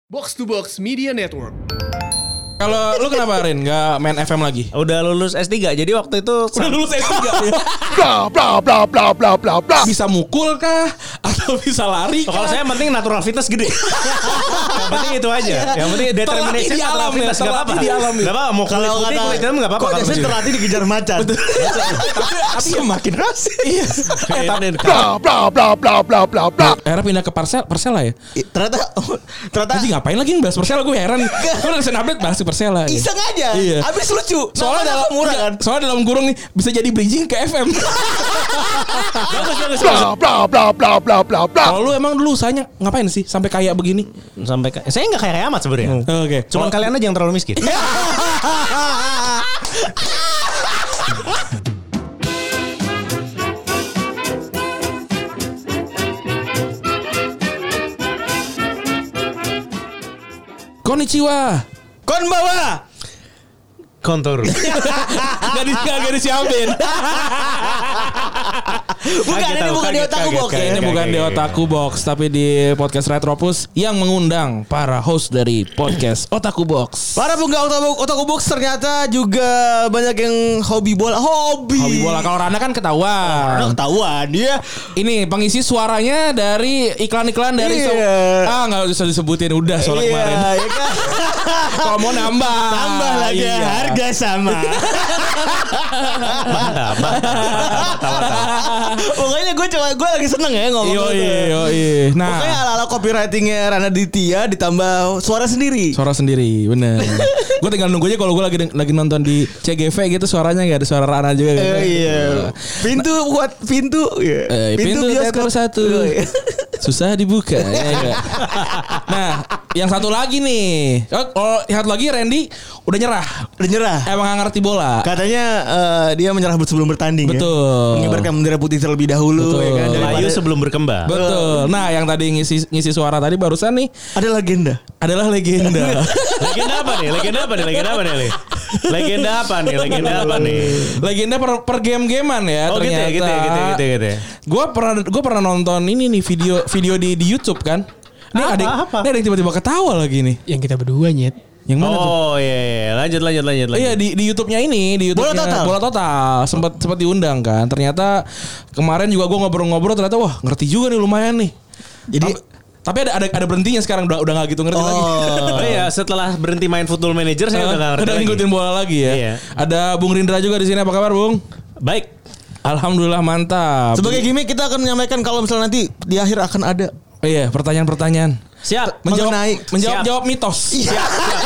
Box to Box Media Network. Kalau lu kenapa Rin nggak main FM lagi? Udah lulus S3, jadi waktu itu Udah lulus S3 ya? Bla bla bla bla bla bla bla. Bisa mukul kah? Atau bisa lari kah? kalau saya yang penting natural fitness gede. Yang penting itu aja. Yang penting determination di natural alam fitness ya, enggak apa-apa. di alam ya. Enggak apa-apa, mau Kalau kulit kata putih enggak apa-apa. kok Jason terlatih dikejar macan. Tapi semakin rasis. iya. Bla bla bla bla bla bla bla. Era pindah ke Persela ya? Ternyata Nanti ngapain lagi bahas Persela, gue heran. Gue recent update bahas Persela. Ya. iseng aja. Iya. Abis lucu. Soalnya dalam murah kan. Soalnya dalam kurung nih bisa jadi bridging ke FM. Bagus. Bla bla bla bla bla bla bla. Kalau lu emang dulu usahanya ngapain sih sampai kaya begini? Sampai saya enggak kayak amat sebenarnya. Oke. Cuman kalian aja yang terlalu miskin. Konnichiwa. Konbawa. Kontur. Gak disiapin. Bukan, ini bukan di otakku box. Ini bukan di Otaku Box, tapi di podcast Retropus yang mengundang para host dari podcast Otaku Box. Para penggak Otaku Box ternyata juga banyak yang hobi bola. Hobi bola. Kalau Rana kan ketahuan. Ketahuan dia. Ini pengisi suaranya dari iklan-iklan dari Iya. nggak usah disebutin, udah soalnya kemarin. Iya kan. Kalau mau nambah Lagi iya. harga sama. Mantap. Pokoknya gue lagi seneng ya ngomong. Yoi. Nah, Pokoknya ala-ala copywritingnya Rana Ditya ditambah suara sendiri. suara sendiri, bener. Gue tinggal nunggu aja kalau gue lagi nonton di CGV gitu suaranya nggak ada suara Rana juga. Kan? Iya. Pintu. Pintu teater 1 susah dibuka. Ya. Nah, yang satu lagi nih. Kalau lihat lagi Randy udah nyerah. Emang gak ngerti bola. Katanya dia menyerah sebelum bertanding. Betul. Ya? Mengibarkan bendera putih terlebih dahulu. Betul. Ya kan? Layu sebelum berkembang. Betul. Nah, yang tadi ngisi suara tadi barusan nih Ada legenda. adalah legenda. Legenda apa nih? Legenda per game-gamean ya Oh ternyata. gitu. Gue pernah nonton ini nih video di YouTube kan. Ini ada yang tiba-tiba ketawa lagi nih. Yang kita berdua nyet. Yang mana tuh? Oh iya. Lanjut. Iya di YouTube-nya ini, di YouTube-nya Bola Total sempat diundang kan. Ternyata kemarin juga gue ngobrol-ngobrol ternyata wah ngerti juga nih lumayan nih. Jadi Tapi ada berhentinya sekarang udah nggak gitu ngerti lagi. Oh iya, setelah berhenti main Football Manager saya udah enggak ngerti udah lagi. ngikutin bola lagi ya. Iya. Ada Bung Rindra juga di sini, apa kabar Bung? Baik. Alhamdulillah mantap. sebagai gimmick kita akan menyampaikan kalau misalnya nanti di akhir akan ada Iya, pertanyaan-pertanyaan. Siap. Menjawab mitos. Siap.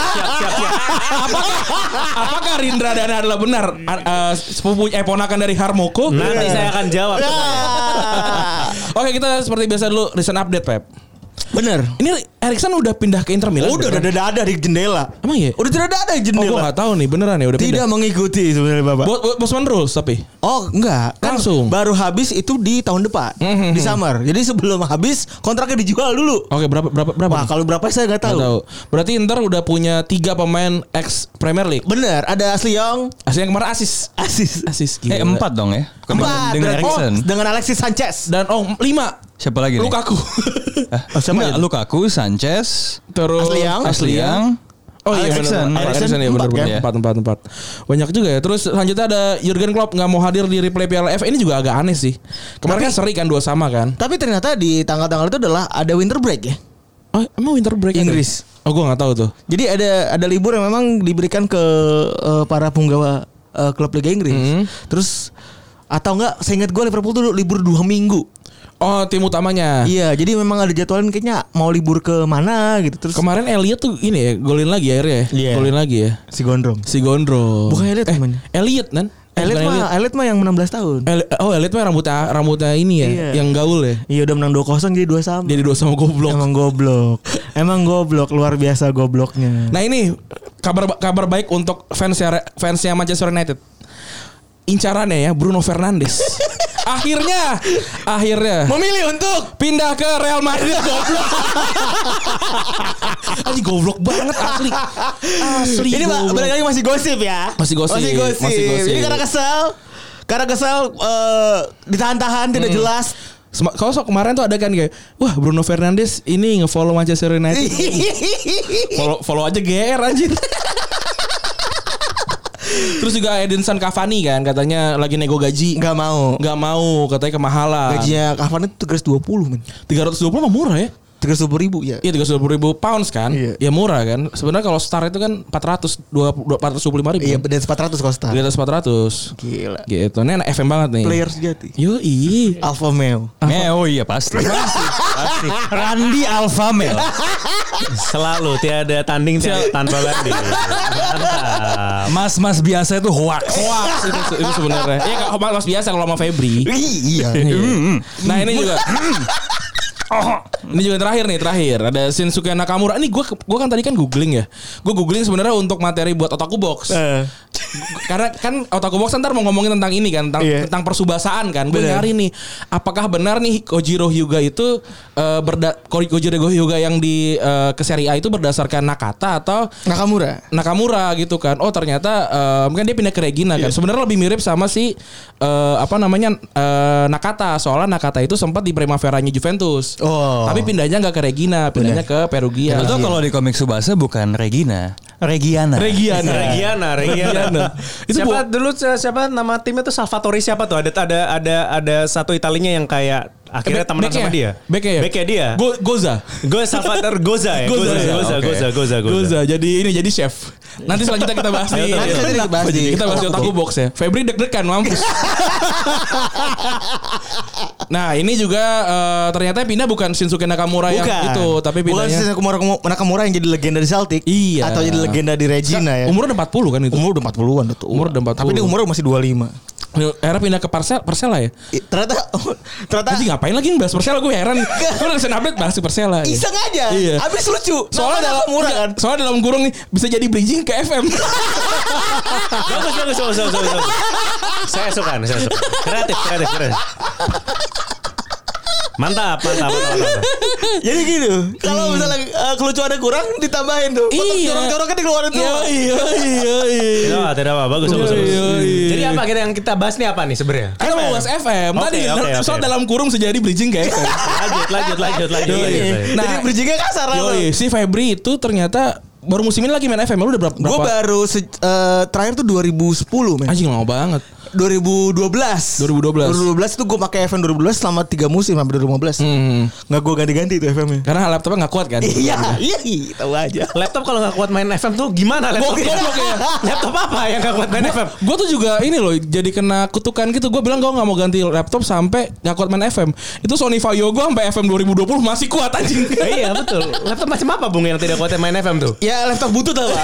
Apakah Rindra Dana adalah benar sepupu ponakan dari Harmoko? Nanti saya akan jawab. Oke, kita seperti biasa dulu recent update, Pep. Bener. Ini Erikson udah pindah ke Inter Milan. Udah ada di jendela. Emang iya? Udah tidak ada di Oh, jendela. gue gak tahu nih beneran ya udah Tidak pindah. mengikuti sebenarnya Bapak. Bosman Rules tapi. Oh enggak, kan Langsung. baru habis itu di tahun depan di summer. Jadi sebelum habis kontraknya dijual dulu. Oke, berapa? Wah kalau berapa saya nggak tahu. Nggak tahu. Berarti Inter udah punya 3 pemain ex Premier League. Bener, ada Ashley Young, Asli yang kemarin asis. Gila. 4 dong ya. Dengan Erikson. dengan Alexis Sanchez. Dan 5 Siapa lagi nih? Lukaku. Siapa? Lukaku, Sanchez, Terus Ashley Young. Oh iya Erikson. Erikson ya benar-benar 4. Banyak juga ya. Terus selanjutnya ada Jurgen Klopp nggak mau hadir di replay Piala AFF. Ini juga agak aneh sih. Kemarin kan seri kan 2 sama kan. Tapi ternyata di tanggal-tanggal itu adalah ada winter break ya. Oh, emang winter break Inggris. ada? Oh, gue nggak tahu tuh. Jadi ada libur yang memang diberikan ke para penggawa klub Liga Inggris. Terus atau enggak, saya ingat gue Liverpool tuh libur 2 minggu. Oh, tim utamanya. Iya, jadi memang ada jadwalin kayaknya mau libur ke mana gitu. Terus Kemarin Elliot tuh ini ya, golin lagi akhirnya ya. Iya. Golin lagi ya. si Gondrong. Si Gondrong. Bukan Elliot namanya. Elliot kan? Elliot mah yang 16 tahun. Elliot mah rambutnya ini ya, Iya. yang gaul ya. Iya udah menang 2-0 jadi 2 sama. Jadi 2 sama goblok. Emang goblok luar biasa gobloknya. Nah ini kabar baik untuk fansnya Manchester United. Incarannya ya Bruno Fernandes. Akhirnya Memilih untuk pindah ke Real Madrid. Goblok. Anjing goblok banget asli. Ini goblok. balik lagi masih gosip ya. Masih gosip. Ini karena kesel ditahan-tahan tidak jelas. Kalau kemarin tuh ada kan kayak, wah Bruno Fernandes ini nge-follow Manchester United. follow aja GR anjir. Terus juga Edinson Cavani kan katanya lagi nego gaji. Nggak mau katanya kemahalan. Gajinya Cavani tuh 320 men. 320 mah murah ya. 320.000 ya. Iya 320.000 pounds kan. Iya. Ya murah kan. Sebenarnya kalau Star itu kan 425.000. Iya, di atas 400 kalau Star. Di atas 400. Gila. Gitu. Ini anak FM banget nih. Player sejati. Yoi. Alpha Male. Oh iya pasti. Randy Alpha Male. Selalu tiada tanding tanpa banding. Mantap. Mas biasa itu hoax. itu sebenarnya. Iya kalau mas biasa kalau sama Febri. Iya. Nah ini juga. Ini juga terakhir ada Shinsuke Nakamura. Ini gue kan tadi kan googling ya. Gue googling sebenarnya untuk materi buat Otaku Box. Karena kan Otaku Box ntar mau ngomongin tentang ini kan, tentang persubasaan kan. Gue nyari nih, apakah benar nih Kojiro Hyuga itu Kojiro Hyuga yang di ke Serie A itu berdasarkan Nakata atau Nakamura gitu kan. Oh ternyata mungkin dia pindah ke Regina kan. Sebenarnya lebih mirip sama si Nakata. Soalnya Nakata itu sempat di Primaveranya Juventus. Tapi pindahnya nggak ke Regina, pindahnya ke Perugia. Betul kalau di komik Tsubasa bukan Regina. Regiana. Itu siapa nama timnya tuh Salvatore siapa tuh? Ada satu Italinya yang kayak akhirnya temenan sama dia. Beknya dia. Goza. Salvatore Goza ya. Goza. Jadi chef. Nanti selanjutnya kita bahas nih. Kita bahas di Otaku Box ya. Febri deg-degan mampus. Nah ini juga ternyata pindah bukan Shinsuke Nakamura yang itu, tapi pindahnya bukan Shinsuke Nakamura yang jadi legenda di Celtic. Iya. Atau jadi legenda di Regina ya. Umurnya udah 40 kan itu. Umur udah 40-an tuh. Umur udah 40. Tapi dia umurnya masih 25. Era pindah ke Persela ya. Ternyata Jadi ngapain lagi bahas Persela, gue heran. Gue udah ngesen update bahas Persela. Iseng aja. Iya. Abis lucu. Soalnya dalam kurung nih bisa jadi bridging ke FM. Bagus. Saya suka. Kreatif. Mantap. Jadi gitu. Kalau misalnya kelucuannya kurang ditambahin tuh. Corong-corong kan dikeluarin tuh. Iya. Tidak apa. Bagus. Jadi apa yang kita bahas nih apa nih sebenarnya? Kita mau bahas FM. Tadi soal dalam kurung sejadi bridging ke FM. Lanjut. Nah, jadi bridgingnya kasar apa? Si Febri itu ternyata baru musim ini lagi main FM. Lu udah berapa? Gue baru terakhir tuh 2010 men. Anjing lama banget. 2012 itu gue pakai FM 2012 selama 3 musim sampai 2015. Nggak gue ganti-ganti itu FM-nya. Karena laptopnya nggak kuat kan? Iya, tahu aja. Laptop kalau nggak kuat main FM tuh gimana laptopnya? Laptop apa yang nggak kuat main FM? Gue tuh juga ini loh, jadi kena kutukan gitu. Gue bilang gue nggak mau ganti laptop sampai nggak kuat main FM. Itu Sony Vaio gue sampai FM 2020 masih kuat anjing. Iya betul. Laptop macam apa Bung yang tidak kuat main FM tuh? Ya laptop butut apa?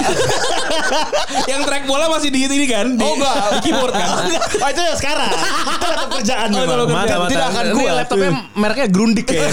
Yang track bola masih di ini kan? Di keyboard kan? Itu ya sekarang. Itu laptop kerjaan memang. Tidak akan kuat. Laptopnya mereknya Grundig ya.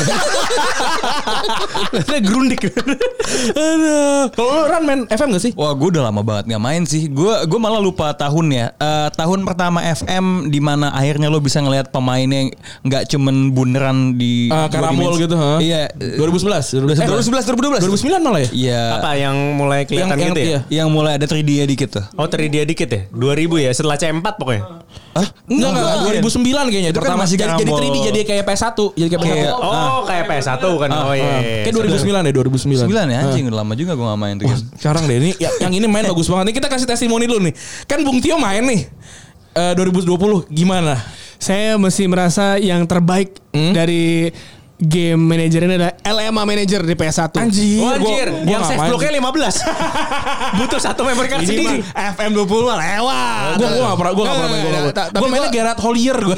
Laptopnya Grundig. Aduh. Kalau lu Ran main FM gak sih? Wah gue udah lama banget gak main sih. Gue malah lupa tahunnya. Tahun pertama FM di mana akhirnya lo bisa ngelihat pemainnya nggak cuman bunderan di Karamol gitu. Iya. 2011. 2012. 2009 malah ya? Iya. Apa yang mulai kelihatan gitu ya? Yang mulai ada 3D dikit tuh. Oh 3D dikit ya? 2000 ya? Setelah C4 pokoknya? Enggak, 2009 kayaknya. Itu pertama masih jadi 3D jadi kayak PS1. Jadi kayak PS1. Kayak PS1 kan. Oh iya. Kayak 2009 ya, 2009. 9 ya anjing, udah lama juga gue gak main tuh. Sekarang deh ini yang ini main bagus banget. Nih kita kasih testimoni dulu nih. Kan Bung Tio main nih 2020 gimana? Saya mesti merasa yang terbaik dari game manager ini adalah LMA Manager di PS1. Anjir. Yang save blocknya 15. Butuh satu memory card sendiri. FM 20 mah lewat. Gue gak pernah main. Gue mainnya Gerard Hollier gue.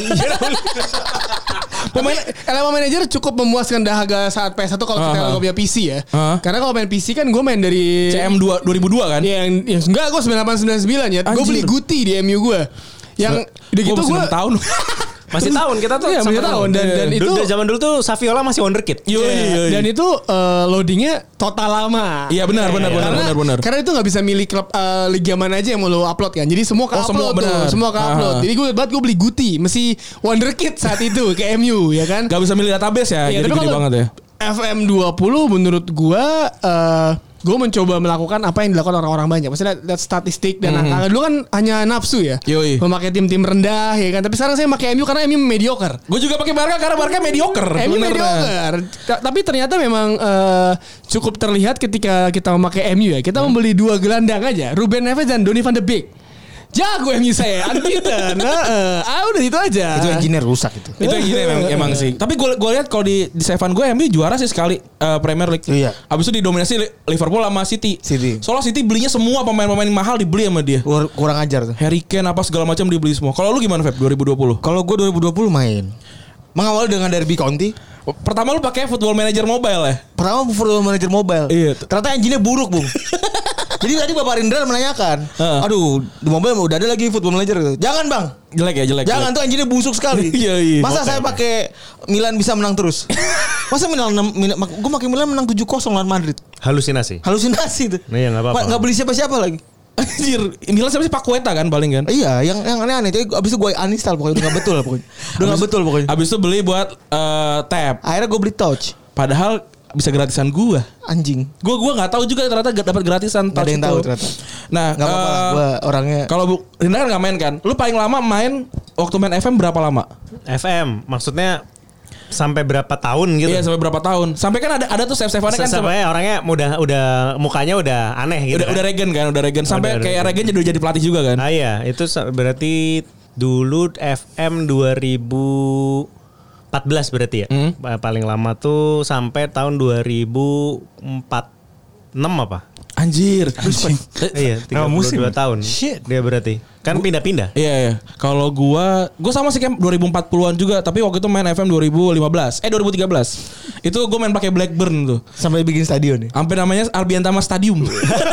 Pemain LMA Manager cukup memuaskan dahaga saat PS1 kalau kita nggak punya PC ya. Karena kalau main PC kan gue main dari CM 2002 kan? Yang enggak, gue 9899 ya. Gue beli Guti di MU gue. Yang gitu gue 6 tahun. Masih tahun kita tuh. Iya, masih tahun dan itu zaman dulu tuh Saviola masih wonderkid. Iya. Dan itu loadingnya total lama. Iya benar. Karena itu nggak bisa milih klub liga mana aja yang mau lo upload kan. Jadi semua ke-upload semua ke-upload. Jadi gue beli Guti, mesti wonderkid saat itu ke MU ya kan. Gak bisa milih database ya. Iya, jadi gede banget ya. FM 20 menurut gue gue mencoba melakukan apa yang dilakukan orang-orang banyak. Maksudnya lihat statistik dan angka. Dulu kan hanya nafsu ya. Yoi. Memakai tim-tim rendah ya kan. Tapi sekarang saya pakai MU karena MU mediocre. Gue juga pakai Barca karena Barca mediocre. MU mediocre. Tapi ternyata memang cukup terlihat ketika kita memakai MU ya. Kita membeli 2 gelandang aja. Ruben Neves dan Donny van de Beek. Jago MU saya, unbeaten. Udah itu aja. Itu engineer rusak itu. Itu engineer emang sih. Tapi gue lihat kalau di Sevan gue MU juara sih sekali Premier League. Iya. Abis itu didominasi Liverpool sama City. City. Soalnya City belinya semua pemain-pemain mahal dibeli sama dia. Kurang ajar tuh. Harry Kane apa segala macam dibeli semua. Kalau lu gimana Feb 2020? Kalau gue 2020 main. Mengawali dengan Derby County. Pertama lu pakai Football Manager Mobile ya? Pertama Football Manager Mobile. Iya. Ternyata engine-nya buruk, Bung. Jadi tadi Bapak Rindra menanyakan, aduh di mobile udah ada lagi Football Manager gitu. Jangan bang, jelek. Jangan tuh engine-nya busuk sekali. Iya. Masa saya pakai Milan bisa menang terus? Masa gue pakai Milan menang 7-0 lawan Madrid. Halusinasi Itu. Nah, ya nggak apa-apa. Nggak beli siapa-siapa lagi. Anjir, Milan siapa sih Paqueta kan paling kan? Iya, yang aneh-aneh. Jadi abis itu gue uninstall pokoknya udah nggak betul lah pokoknya. Udah nggak betul pokoknya. Abis itu beli buat tab. Akhirnya gue beli Touch. Padahal bisa gratisan gua. Anjing. Gua nggak tahu juga ternyata dapat gratisan. Gak ada yang tahu ternyata. Nah, nggak apa-apa lah. Gua orangnya. Kalau Rina kan nggak main kan? Lu paling lama main waktu main FM berapa lama? FM maksudnya sampai berapa tahun gitu? Iya sampai berapa tahun? Sampai kan ada tuh save-save-nya kan. Sampai orangnya udah mukanya udah aneh gitu. Udah Regen kan, udah Regen. Sampai kayak Regen jadi pelatih juga kan? Ah iya, itu berarti dulu FM 2014 berarti ya. Paling lama tuh sampai tahun 2006 apa? Anjir. Iya, 32 tahun. Shit. Dia berarti. Kan pindah-pindah. Iya. Kalau gua sama sih kayak 2040-an juga, tapi waktu itu main FM 2013. 2013. Itu gua main pakai Blackburn tuh. Sampai bikin stadion nih. Sampai namanya Albiantama Stadium.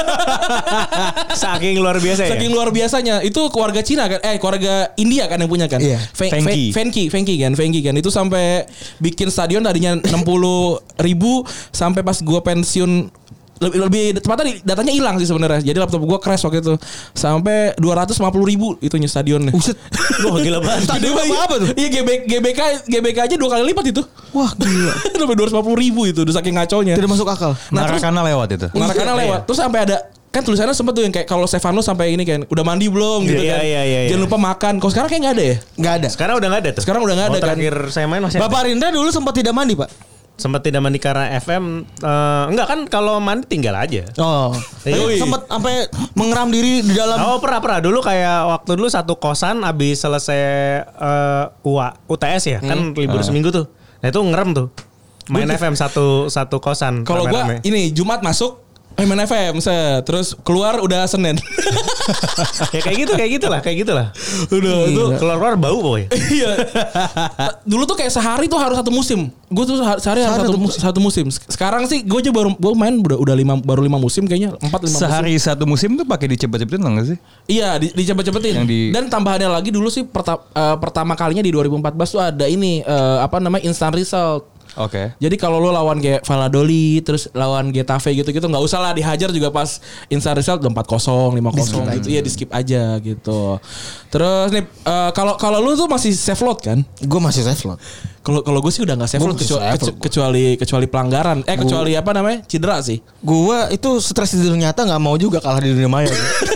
Saking luar biasa ya. Saking luar biasanya. Itu keluarga Cina kan? Keluarga India kan yang punya kan? Iya. Fenki kan. Itu sampai bikin stadion tadinya 60.000 sampai pas gua pensiun lebih tepatnya datanya hilang sih sebenarnya. Jadi laptop gue crash waktu itu sampai 250.000 itunya stadionnya. Uset. Wah gila banget. Gede apa tuh? Iya GBK aja 2 kali lipat itu. Wah gila. Sampai 250.000 itu udah saking ngaconya. Tidak masuk akal. Marakana lewat itu. Marakana lewat. Terus sampai ada kan tulisannya sempat tuh yang kayak kalau Stefano sampai ini kan udah mandi belum gitu kan. Jangan lupa makan. Kalau sekarang kayak nggak ada ya? Nggak ada. Sekarang udah nggak ada tuh. Sekarang udah nggak ada kan. Terakhir saya main masih Bapak Rindra dulu sempat tidak mandi pak. Sempat tidak mandi karena FM enggak kan kalau mandi tinggal aja. Oh. Sempat sampai mengeram diri di dalam. Oh pernah dulu kayak waktu dulu satu kosan habis selesai UTS ya kan libur seminggu tuh. Nah itu ngerem tuh. Main FM satu kosan. Kalau gua ini Jumat masuk main FM terus keluar udah Senin. Ya kayak gitulah. Udah itu keluar bau pokoknya. Iya. Dulu tuh kayak sehari tuh harus satu musim. Gue tuh sehari harus satu musim. Sekarang sih gue aja baru main baru 5 musim kayaknya 4-5 musim. Sehari satu musim tuh pakai dicepet-cepetin enggak sih? Iya, dicepet-cepetin. Dan tambahannya lagi dulu sih pertama kalinya di 2014 tuh ada ini instant result. Oke. Jadi kalau lo lawan kayak Valladolid terus lawan Getafe gitu-gitu nggak usah lah dihajar juga pas instant result udah 4-0, 5-0 gitu. Iya di skip aja gitu. Terus nih kalau lu tuh masih save load kan? Gue masih save load. Kalau gue sih udah nggak save load kecuali pelanggaran. Kecuali apa namanya? Cedera sih. Gue itu stres di dunia nyata nggak mau juga kalah di dunia maya.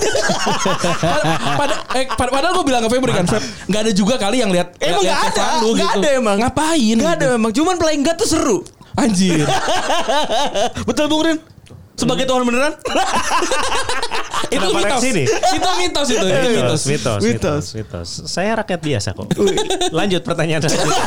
Padahal gue bilang ke Febri kan, nggak ada juga kali yang lihat. Emang nggak ada, nggak ada emang. Ngapain? Nggak ada emang. Cuman playing God tuh seru. Anjir. Betul Bung Rin? Sebagai Tuhan beneran? Itu mitos. Itu mitos. Saya rakyat biasa kok. Lanjut pertanyaan selanjutnya.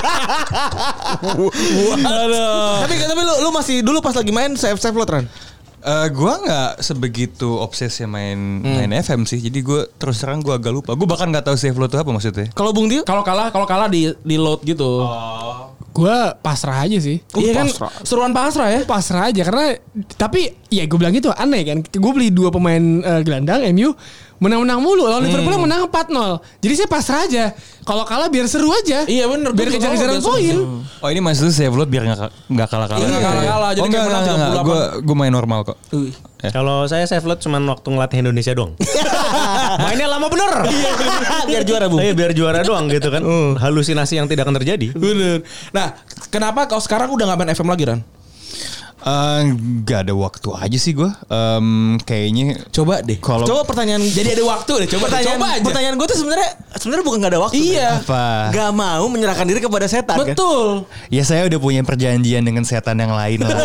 Tapi lu masih dulu pas lagi main save load Ran? Gue nggak sebegitu obsesi main FM sih. Jadi gue terus terang gue agak lupa. Gue bahkan nggak tahu save load itu apa maksudnya. Kalau Bung Dio? Kalau kalah di load gitu. Gue pasrah aja sih. Iya kan seruan pasrah ya. Pasrah aja karena tapi ya gue bilang gitu aneh kan. Gue beli 2 pemain gelandang MU menang-menang mulu. Lawan Liverpool menang 4-0. Jadi saya pasrah aja. Kalau kalah biar seru aja. Iya bener. Biar kejar-kejaran poin. Oh ini maksudnya save load biar nggak kalah-kalah. Iya kalah-kalah. Jadi kayak menang 38. Gue main normal kok. Kalau saya save load cuman waktu ngelatih Indonesia doang. Mainnya lama bener. Biar juara Bung. Iya biar juara doang gitu kan. Halusinasi yang tidak akan terjadi. Bener. Nah kenapa kau sekarang udah gak main FM lagi Ran? Gak ada waktu aja sih gue. Kayaknya Coba deh. Coba pertanyaan. Jadi ada waktu deh. Coba aja. Pertanyaan gue tuh sebenarnya bukan gak ada waktu. Iya. apa? Gak mau menyerahkan diri kepada setan. Betul. Ya saya udah punya perjanjian dengan setan yang lain lah.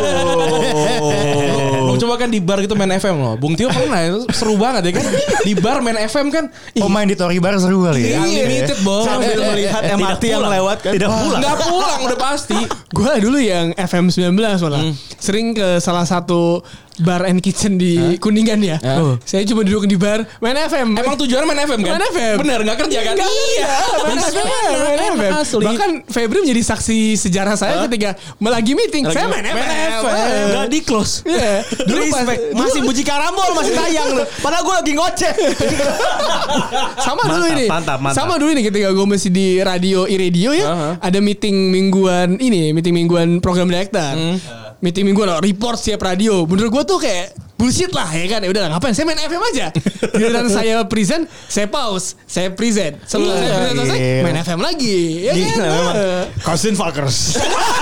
Lo coba kan di bar gitu main FM loh. Bung Tio pernah itu seru banget ya kan. Di bar main FM kan. Oh main di Tori Bar seru kali ya. Unlimited bos. Sambil melihat MRT yang lewat kan. Tidak pulang. Nggak pulang udah pasti. Gue dulu yang FM 19 malah sering ke salah satu bar and kitchen di Kuningan ya. Saya cuma duduk di bar main FM. Emang tujuannya main FM kan? Main FM. Bener nggak kerja kan? Iya, main FM. Asli. Bahkan Febri menjadi saksi sejarah saya ketika lagi meeting. Saya main FM. Gak di close. Iya. Dulu pas Masih Buji Karambol masih tayang lu. Padahal gue lagi ngoceh. sama dulu ini. Mantap. Sama dulu ini ketika gue masih di radio iRadio ya. Ada meeting mingguan program direktur. Meeting mingguan report setiap radio. Menurut gue tuh kayak bullshit lah ya kan. Ya udah ngapain saya main FM aja. Giliran saya present, saya pause, saya present. Setelah saya present selesai, main FM lagi. Ya kan? Memang. Cousin fuckers.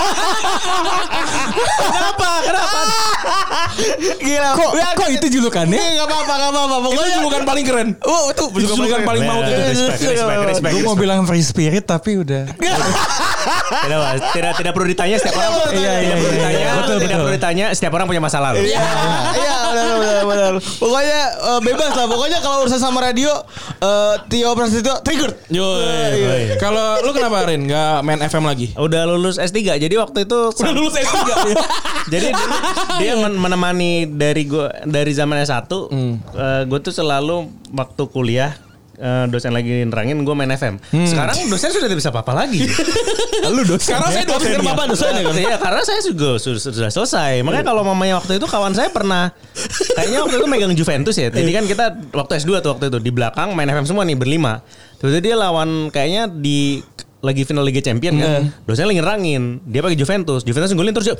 Kenapa? Gila. Kok itu julukannya? Gak apa-apa. Itu julukan paling keren. Oh, itu Julukan paling maut itu. Respect. Gue mau bilang free spirit tapi udah. Tidak perlu ditanya setiap orang. Iya. Tidak perlu ditanya setiap orang punya masa lalu. Iya, benar. Pokoknya bebas lah. Pokoknya kalau urusan sama radio, Tio Prasetyo triggered. Yoi. Kalau lu kenapa Rin nggak main FM lagi? Udah lulus S3. Jadi waktu itu Udah lulus S3. Jadi dia menemani dari zaman S1. Gue tuh selalu waktu kuliah dosen lagi nerangin gue main FM. Sekarang dosen sudah tidak bisa apa-apa lagi. Lu dosen. Sekarang saya dosen. Bapak dosen ya kan? Iya, karena saya juga sudah selesai. Makanya kalau mamanya waktu itu kawan saya pernah kayaknya waktu itu megang Juventus ya. Jadi kan kita waktu S2 tuh waktu itu di belakang main FM semua nih berlima. Tiba-tiba dia lawan kayaknya lagi final Liga Champion kan. Dosen lagi ngerangin. Dia pakai Juventus golin terus dia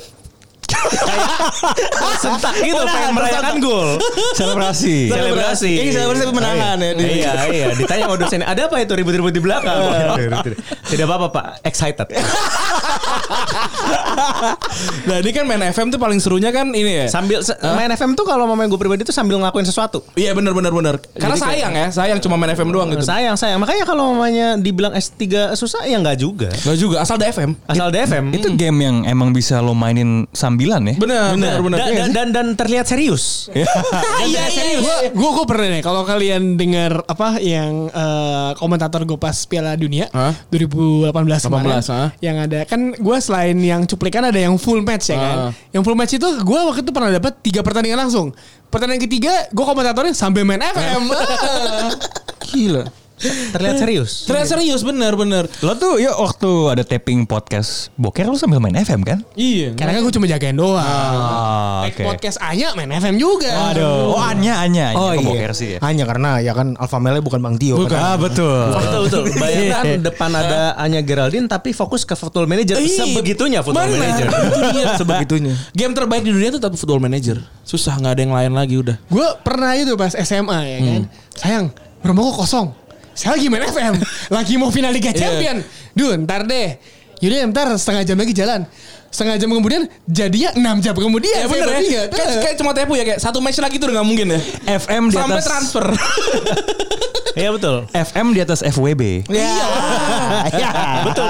sentak gitu pengen merayakan gol. Selebrasi. Ini selebrasi pemenangan ya. Iya. Ditanya sama dosen, ada apa itu ribut-ribut di belakang? Tidak apa-apa Pak, excited. Nah ini kan main FM tuh paling serunya kan ini ya. Sambil main FM tuh kalau mamanya gue pribadi tuh sambil ngelakuin sesuatu. Iya benar. Karena sayang cuma main FM doang gitu. Sayang. Makanya kalau mamanya dibilang S3 susah ya enggak juga. Enggak juga, asal ada FM. Itu game yang emang bisa lo mainin sambilan ya. Benar. Dan terlihat serius. Iya serius. Gue pernah nih kalau kalian dengar apa yang komentator gue pas Piala Dunia 2018 kemarin yang ada kan gue selain yang cuplikan ada yang full match ya kan. Yang full match itu gue waktu itu pernah dapat 3 pertandingan langsung. Pertandingan ketiga gue komentatornya sambil main FM. Gila. Terlihat serius. Bener. Lo tuh ya waktu ada taping podcast Boker lo sambil main FM kan? Iya. Karena kan gue cuma jagain doang. Oke. Podcast Anya main FM juga. Oh Anya. Oh iya. Boker sih ya. Hanya karena ya kan Alpha Male bukan Bang Tio. Bukan. Kan? Betul. Bayangkan depan ada Anya Geraldine tapi fokus ke Football Manager. Sebegitunya Football Manager. Sebegitunya. Game terbaik di dunia tuh tapi Football Manager. Susah nggak ada yang lain lagi udah. Gue pernah itu pas SMA ya kan. Sayang, rumah gue kosong. Saya lagi main FM. Lagi mau final Liga Champion. Duh ntar deh. Yaudah ntar setengah jam lagi jalan. Setengah jam kemudian jadinya 6 jam kemudian. Ya bener ya. Kayak cuma tepu ya kayak satu match lagi tuh udah gak mungkin ya. FM di sampai atas transfer. Iya betul. FM di atas FWB. Iya. Betul.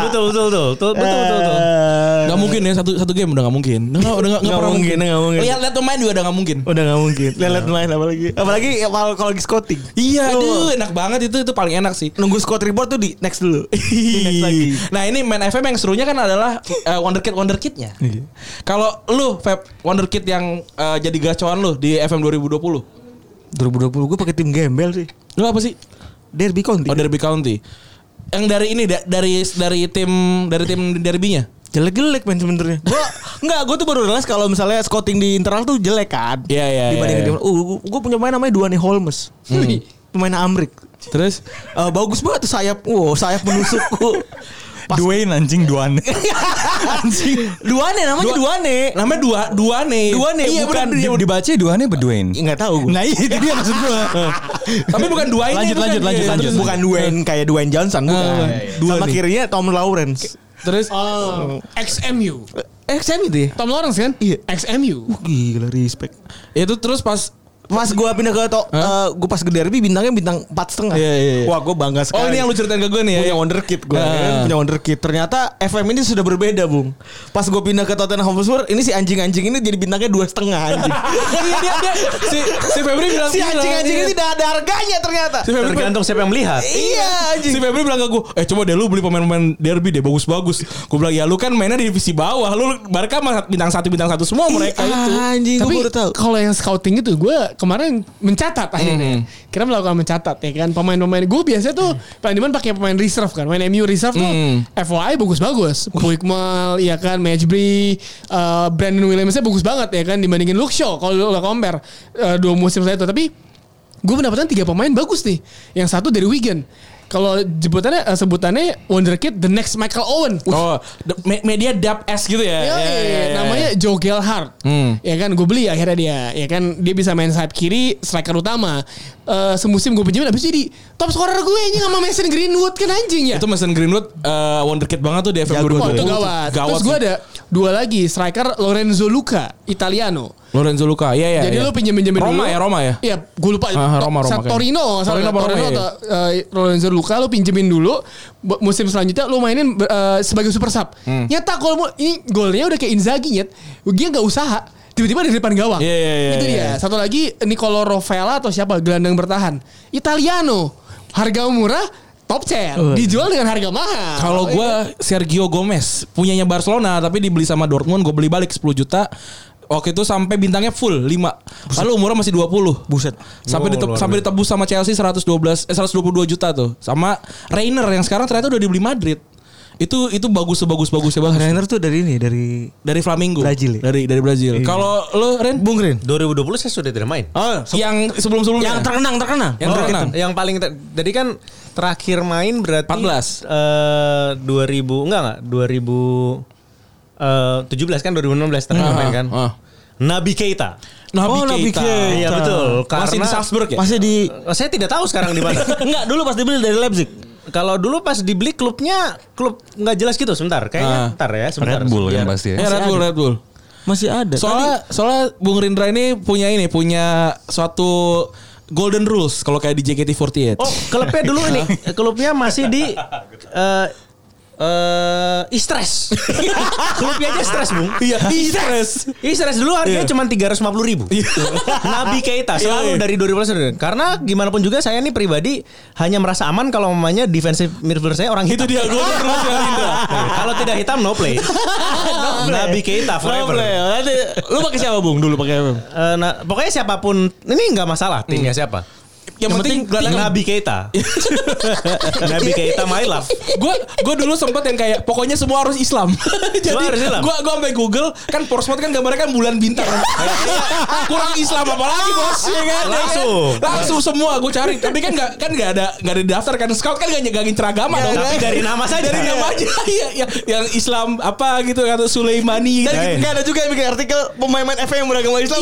Gak mungkin ya satu game udah gak mungkin. Udah gak pernah mungkin. Lihat pemain juga udah gak mungkin. Udah gak mungkin. Lihat main apalagi kalau lagi scouting. Iya, aduh enak banget itu paling enak sih. Nunggu scout report tuh di next dulu. Next lagi. Nah ini main FM yang serunya kan adalah Wonderkid-nya. Kalau lu Feb, Wonderkid yang jadi gacoan lu di FM 2020 gue pakai tim gembel sih. lu apa sih? Derby County. Oh Derby County. Yang dari ini dari tim derbynya. Jelek-jelek main sebenarnya. Gue tuh baru realize kalau misalnya scouting di internal tuh jelek kan. Iya. Dibandingin gue punya pemain namanya Duane Holmes. Pemain Amrik. Terus bagus banget tuh sayap. Sayap menusuk. Duane anjing Duane. Duane namanya Duane. Namanya Duane. Iya, bukan dibaca Duane apa Duane? Enggak tahu gue. Nah, itu dia maksud gue. Tapi bukan Duane. Lanjut. Bukan Dwayne kayak Dwayne Johnson bukan. Sama kirinya Tom Lawrence. Terus XMU. XM itu ya? Tom Lawrence kan? Iya. XMU. Gila respect. itu terus pas Gue pindah ke gue pas ke derby bintangnya bintang 4,5. Iya. Wah gue bangga sekali. Oh ini yang lu ceritain ke gue nih ya. Punya wonderkid gue punya wonderkid. Ternyata FM ini sudah berbeda Bung. Pas gue pindah ke Tottenham Hotspur, ini si anjing-anjing ini jadi bintangnya 2,5 anjing. dia si Febri bilang Si anjing-anjing ini tidak ada harganya ternyata. Tergantung siapa yang melihat. Iya anjing. Si Febri bilang ke gue, coba deh lu beli pemain-pemain derby deh bagus-bagus. Gue bilang ya lu kan mainnya di divisi bawah, lu Barca mah bintang satu semua mereka itu. Anjing gue Tapi baru tahu. kalau yang scouting itu gue kemarin mencatat akhirnya. Kira melakukan mencatat ya kan pemain-pemain. Gue biasanya tuh paling demen pakai pemain reserve kan. Main MU reserve tuh FYI bagus-bagus. Puigmal ya kan, Matchbury, Brandon Williams-nya bagus banget ya kan dibandingin Luke Shaw kalau lo compare 2 musim saya itu. Tapi gue mendapatkan 3 pemain bagus nih. Yang satu dari Wigan. Kalau sebutannya wonderkid the next Michael Owen. Oh, media dub S gitu ya. Namanya Joe Gelhardt. Ya kan gue beli akhirnya dia. Ya kan dia bisa main sayap kiri, striker utama. Semusim gue pinjemin habis jadi top scorer gue ini sama Mason Greenwood kan anjing ya. Itu Mason Greenwood wonderkid banget tuh di FM 2020. Oh, itu gawat. Terus gue ada 2 lagi striker Lorenzo Luca, Italiano. Lorenzo Luca. Iya. Jadi lu pinjemin dulu. Roma ya. Iya, gue lupa. Roma Torino atau Lorenzo Luca lu pinjemin dulu. Musim selanjutnya lu mainin sebagai super sub. Nyata kalau ini golnya udah kayak Inzaghi nyet. Dia enggak usaha. Tiba-tiba di depan gawang. Itu dia. Satu lagi Nicolo Rovella atau siapa gelandang bertahan. Italiano. Harga murah, top chair. Dijual dengan harga mahal. Kalau gue Sergio Gomez punyanya Barcelona tapi dibeli sama Dortmund, gue beli balik 10 juta. Waktu itu sampai bintangnya full 5. Lalu umurnya masih 20. Buset. Sampai ditebus sama Chelsea 122 juta tuh. Sama Reiner yang sekarang ternyata udah dibeli Madrid. Itu bagusnya banget. Reiner tuh dari Flamingo. Brazil. Dari Brazil. Iya. Kalau lo Bung Ren 2020 saya sudah tidak main. yang sebelum-sebelumnya. yang terkenang. Yang paling jadi kan terakhir main berarti 14. 2017 kan 2016 terakhir main kan. Naby Keita. Naby Keita. Iya betul. Masih di Salzburg ya? Masih di Saya tidak tahu sekarang di mana. Enggak, dulu pas dibeli dari Leipzig. Kalau dulu pas dibeli klub nggak jelas gitu sebentar. Kayaknya sebentar. Red Bull kan pasti ya. Red Bull. Masih ada. Soalnya Bung Rindra ini punya suatu golden rules kalau kayak di JKT48. Oh, klubnya dulu ini. Klubnya masih di Istres. Klubnya aja stres, Bung. Iya, Istres dulu harganya cuma 350.000. Naby Keita selalu dari 2000. Karena gimana pun juga saya nih pribadi hanya merasa aman kalau namanya defensive midfielder saya orang hitam. Itu dia golden rules Rindra. Kalau tidak hitam no play. Naby Keita forever. Lu pakai siapa Bung? Dulu pakai apa? Pokoknya siapapun ini nggak masalah timnya siapa. Yang penting Naby Keita. Naby Keita my love. Gue dulu sempat yang kayak pokoknya semua harus Islam. Jadi harus Islam. gue sampai Google kan Portsmouth kan gambarnya kan bulan bintang. Kurang Islam apalagi bos ya kan. Langsung semua gue cari. Tapi kan nggak ada daftar kan scout kan nggak nyegangin ceragama dong. Tapi dari nama saja. Dari nama aja. Iya yang Islam apa gitu kata Sulaimani. Nggak ada juga yang bikin artikel pemain FM beragama Islam.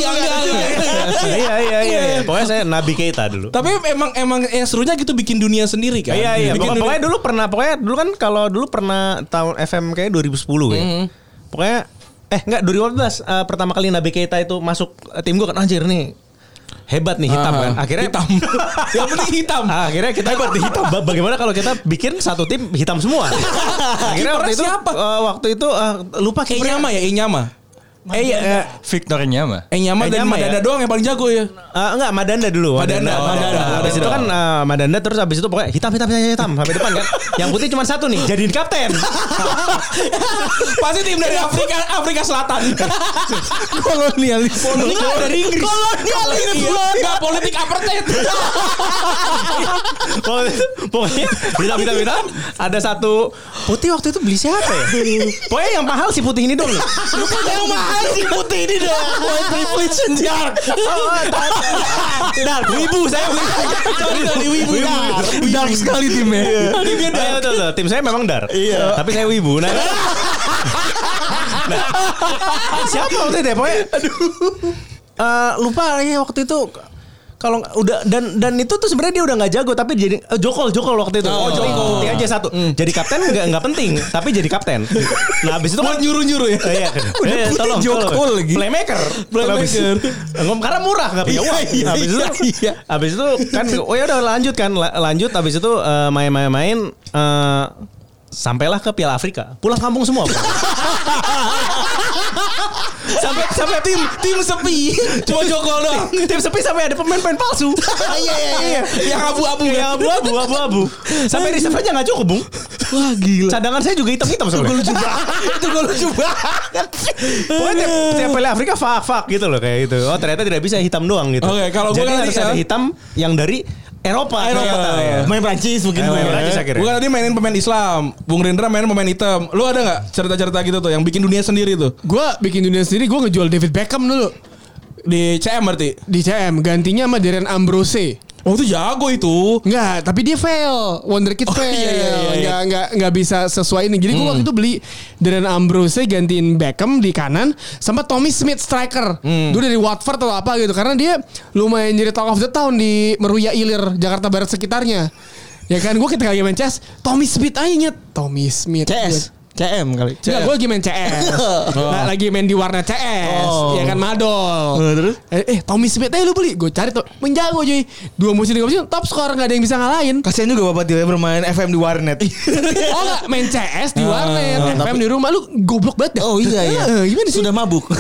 Iya. Pokoknya saya Naby Keita dulu. Tapi emang yang serunya gitu bikin dunia sendiri kan. Iya. Pokoknya dulu kan kalau dulu pernah tahun FM kayak 2010 ya. Pokoknya enggak 2014 pertama kali Naby Keita itu masuk tim gue kan anjir nih. Hebat nih hitam kan. Akhirnya hitam. Yang penting hitam. Akhirnya kita hebat di hitam. Bagaimana kalau kita bikin satu tim hitam semua? Akhirnya waktu itu siapa? Lupa kipernya. Inyama. Victor Nyama. Nyama dan Madanda doang yang paling jago ya. Enggak, Madanda dulu. Madanda. Habis itu kan Madanda terus habis itu pokoknya hitam sampai depan kan. Yang putih cuma satu nih, jadiin kapten. Pasti tim dari Afrika Selatan. Kolonialis. Dari Inggris. Kolonialis. Enggak politik apartheid. Pokoknya hitam. Ada satu putih waktu itu beli siapa ya? Pokoknya yang mahal si putih ini dong. Yang mahal si putih ini dah. White privilege and dark. Dark. Wibu saya. Dari Wibu. Dark sekali timnya. Betul. Tim saya memang dark. Iya. Tapi saya Wibu. Nah, siapa waktu itu deh? Pokoknya lupa ya waktu itu. kalau udah dan itu tuh sebenarnya dia udah nggak jago tapi jadi Jokol waktu itu. Jokol. Penting aja satu. Jadi kapten nggak penting tapi jadi kapten. Nah habis itu kan nyuruh ya. Iya. Tolong Jokol lagi. Playmaker. Karena murah nggak punya uang. Habis itu kan ya udah lanjut habis itu main sampailah ke Piala Afrika. Pulang kampung semua. sampai tim sepi. Cuma Jokol doang. Tim sepi sampai ada pemain palsu. Iya. Yang abu-abu. Sampai reserve aja enggak cukup, Bung. Wah, gila. Cadangan saya juga hitam-hitam soalnya. Itu gue lucu banget. Pokoknya tiap Piala Afrika fak gitu loh kayak gitu. Oh, ternyata tidak bisa hitam doang gitu. Oke, kalau gue harus ada hitam yang dari Eropa. Ya. Main Prancis mungkin. Main Prancis akhirnya. Bukan tadi mainin pemain Islam. Bung Rendra mainin pemain hitam. Lu ada gak cerita-cerita gitu tuh yang bikin dunia sendiri tuh? Gue bikin dunia sendiri. Gue ngejual David Beckham dulu. Di CM berarti? Di CM. Gantinya sama Darren Ambrose. Oh itu jago itu. Enggak, tapi dia fail. Wonderkid fail. Iya. Enggak bisa sesuai ini. Jadi gue waktu itu beli Darren Ambrose gantiin Beckham di kanan sama Tommy Smith striker. Dulu dari Watford atau apa gitu karena dia lumayan jadi talk of the town di Meruya Ilir, Jakarta Barat sekitarnya. Ya kan gue ketika lagi main CS, Tommy Smith aja nyet. Tommy Smith. CM kali. Enggak, gue lagi main CS. Nah, lagi main di warnet CS. Ya kan madol. Terus? Tommy Smith aja lu beli. Gue cari tuh. Menjago cuy. 2 musim top skor. Gak ada yang bisa ngalahin. Kasian juga Bapak Tio bermain FM di warnet. Oh enggak. Main CS di warnet. FM di rumah. Lu goblok banget dah. Oh iya. Gimana sih? Sudah mabuk.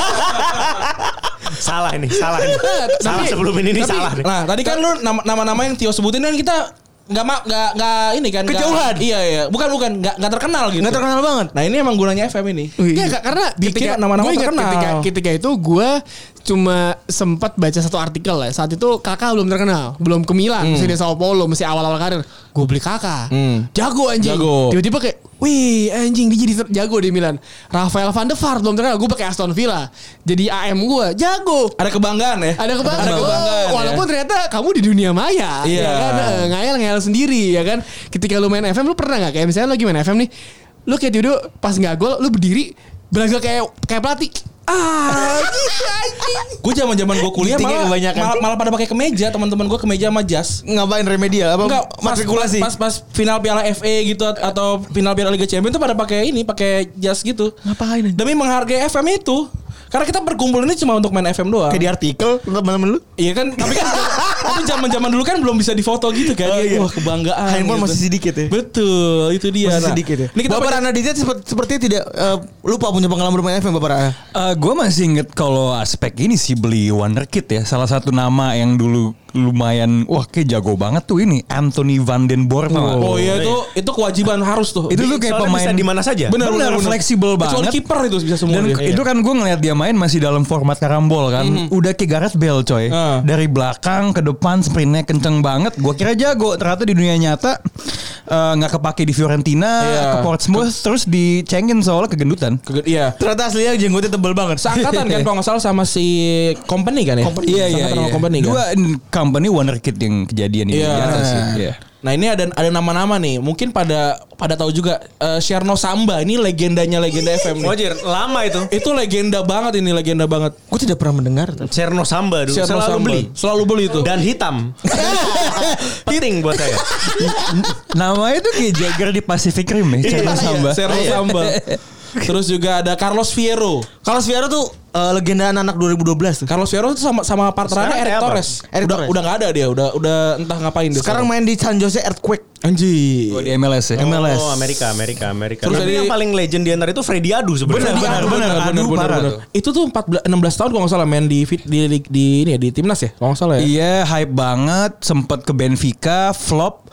Salah nih. Salah sebelum ini salah nih. Nah tadi kan lu nama-nama yang Tio sebutin kan kita nggak ini kan kejauhan. Iya bukan nggak terkenal gitu, nggak terkenal banget. Nah ini emang gunanya FM ini. Iya karena bikin nama-nama terkenal. Ketika itu gue cuma sempat baca satu artikel ya. Saat itu Kakak belum terkenal, belum ke Milan, masih di Sao Paulo, masih awal-awal karir. Gue beli Kakak, jago anjing. Tiba-tiba kayak, wih anjing dia jadi jago di Milan. Rafael van der Vaart belum terkenal, gue pakai Aston Villa. Jadi AM gue jago. Ada kebanggaan ya. Ada kebanggaan. Walaupun ternyata kamu di dunia maya, ya kan ngayal sendiri ya kan. Ketika lu main FM lu pernah nggak kayak misalnya lu lagi main FM nih, lu kayak tidur pas nggak gol lu berdiri belaga kayak pelatih. Gue zaman gue kuliah malah pada pakai kemeja, teman-teman gue kemeja sama jas. Ngapain remedial apa? Enggak, matrikulasi. Pas final Piala FA gitu atau final Piala Liga Champions tuh pada pakai jas gitu. Ngapain? Demi menghargai FM itu. Karena kita berkumpul ini cuma untuk main FM doang. Kayak di artikel teman-teman lu? Iya kan, tapi zaman dulu kan belum bisa difoto gitu kan. Iya. Wah, kebanggaan. Handphone gitu. Masih sedikit ya. Betul, itu dia. Masih sedikit ya. Ini kita Bapak Ranaditya sepertinya tidak lupa punya pengalaman bermain FM Bapak Rana. Gue masih inget kalau aspek ini sih beli Wonderkid ya. Salah satu nama yang dulu lumayan kayak jago banget tuh ini Anthony van den Boer. Oh iya itu kewajiban harus tuh. Itu tuh kayak pemain bisa di mana saja. Benar fleksibel banget. Kecuali kiper itu bisa semua. Dan itu kan gue ngeliat dia main masih dalam format karambol kan. Udah kayak Gareth Bale coy. Dari belakang ke depan sprintnya kenceng banget. Gue kira jago. Ternyata di dunia nyata nggak kepake di Fiorentina, ke Portsmouth, terus dicengin soalnya kegendutan. Iya. Ternyata aslinya jenggotnya tebal banget. Seangkatan kan kalau nggak salah sama si Company kan ya. Iya. Company kan. Dua company Wonderkid yang kejadian ini. Iya. Nah ini ada nama-nama nih. Mungkin pada tahu juga Cherno Samba. Ini legenda FM nih. Wajar, lama itu. Itu legenda banget. Gue tidak pernah mendengar. Cherno Samba dulu. Selalu beli itu. Dan hitam. Penting buat saya. Namanya tuh kayak Jagger di Pacific Rim ya. Cherno Samba. Cherno Samba. Terus juga ada Carlos Fierro. Carlos Fierro tuh legenda anak 2012 tuh. Carlos Fierro tuh sama partnernya Eric Torres. Udah enggak ada dia, udah entah ngapain dia. Sekarang main di San Jose Earthquake. Anjing. Di MLS ya. MLS. Oh, Amerika. Terus Tapi yang paling legend di antara itu Freddy Adu sebenarnya. Benar. Itu tuh 16 tahun kalau enggak salah main di ini ya di timnas ya, kalau enggak salah ya. Iya, hype banget, sempat ke Benfica, flop.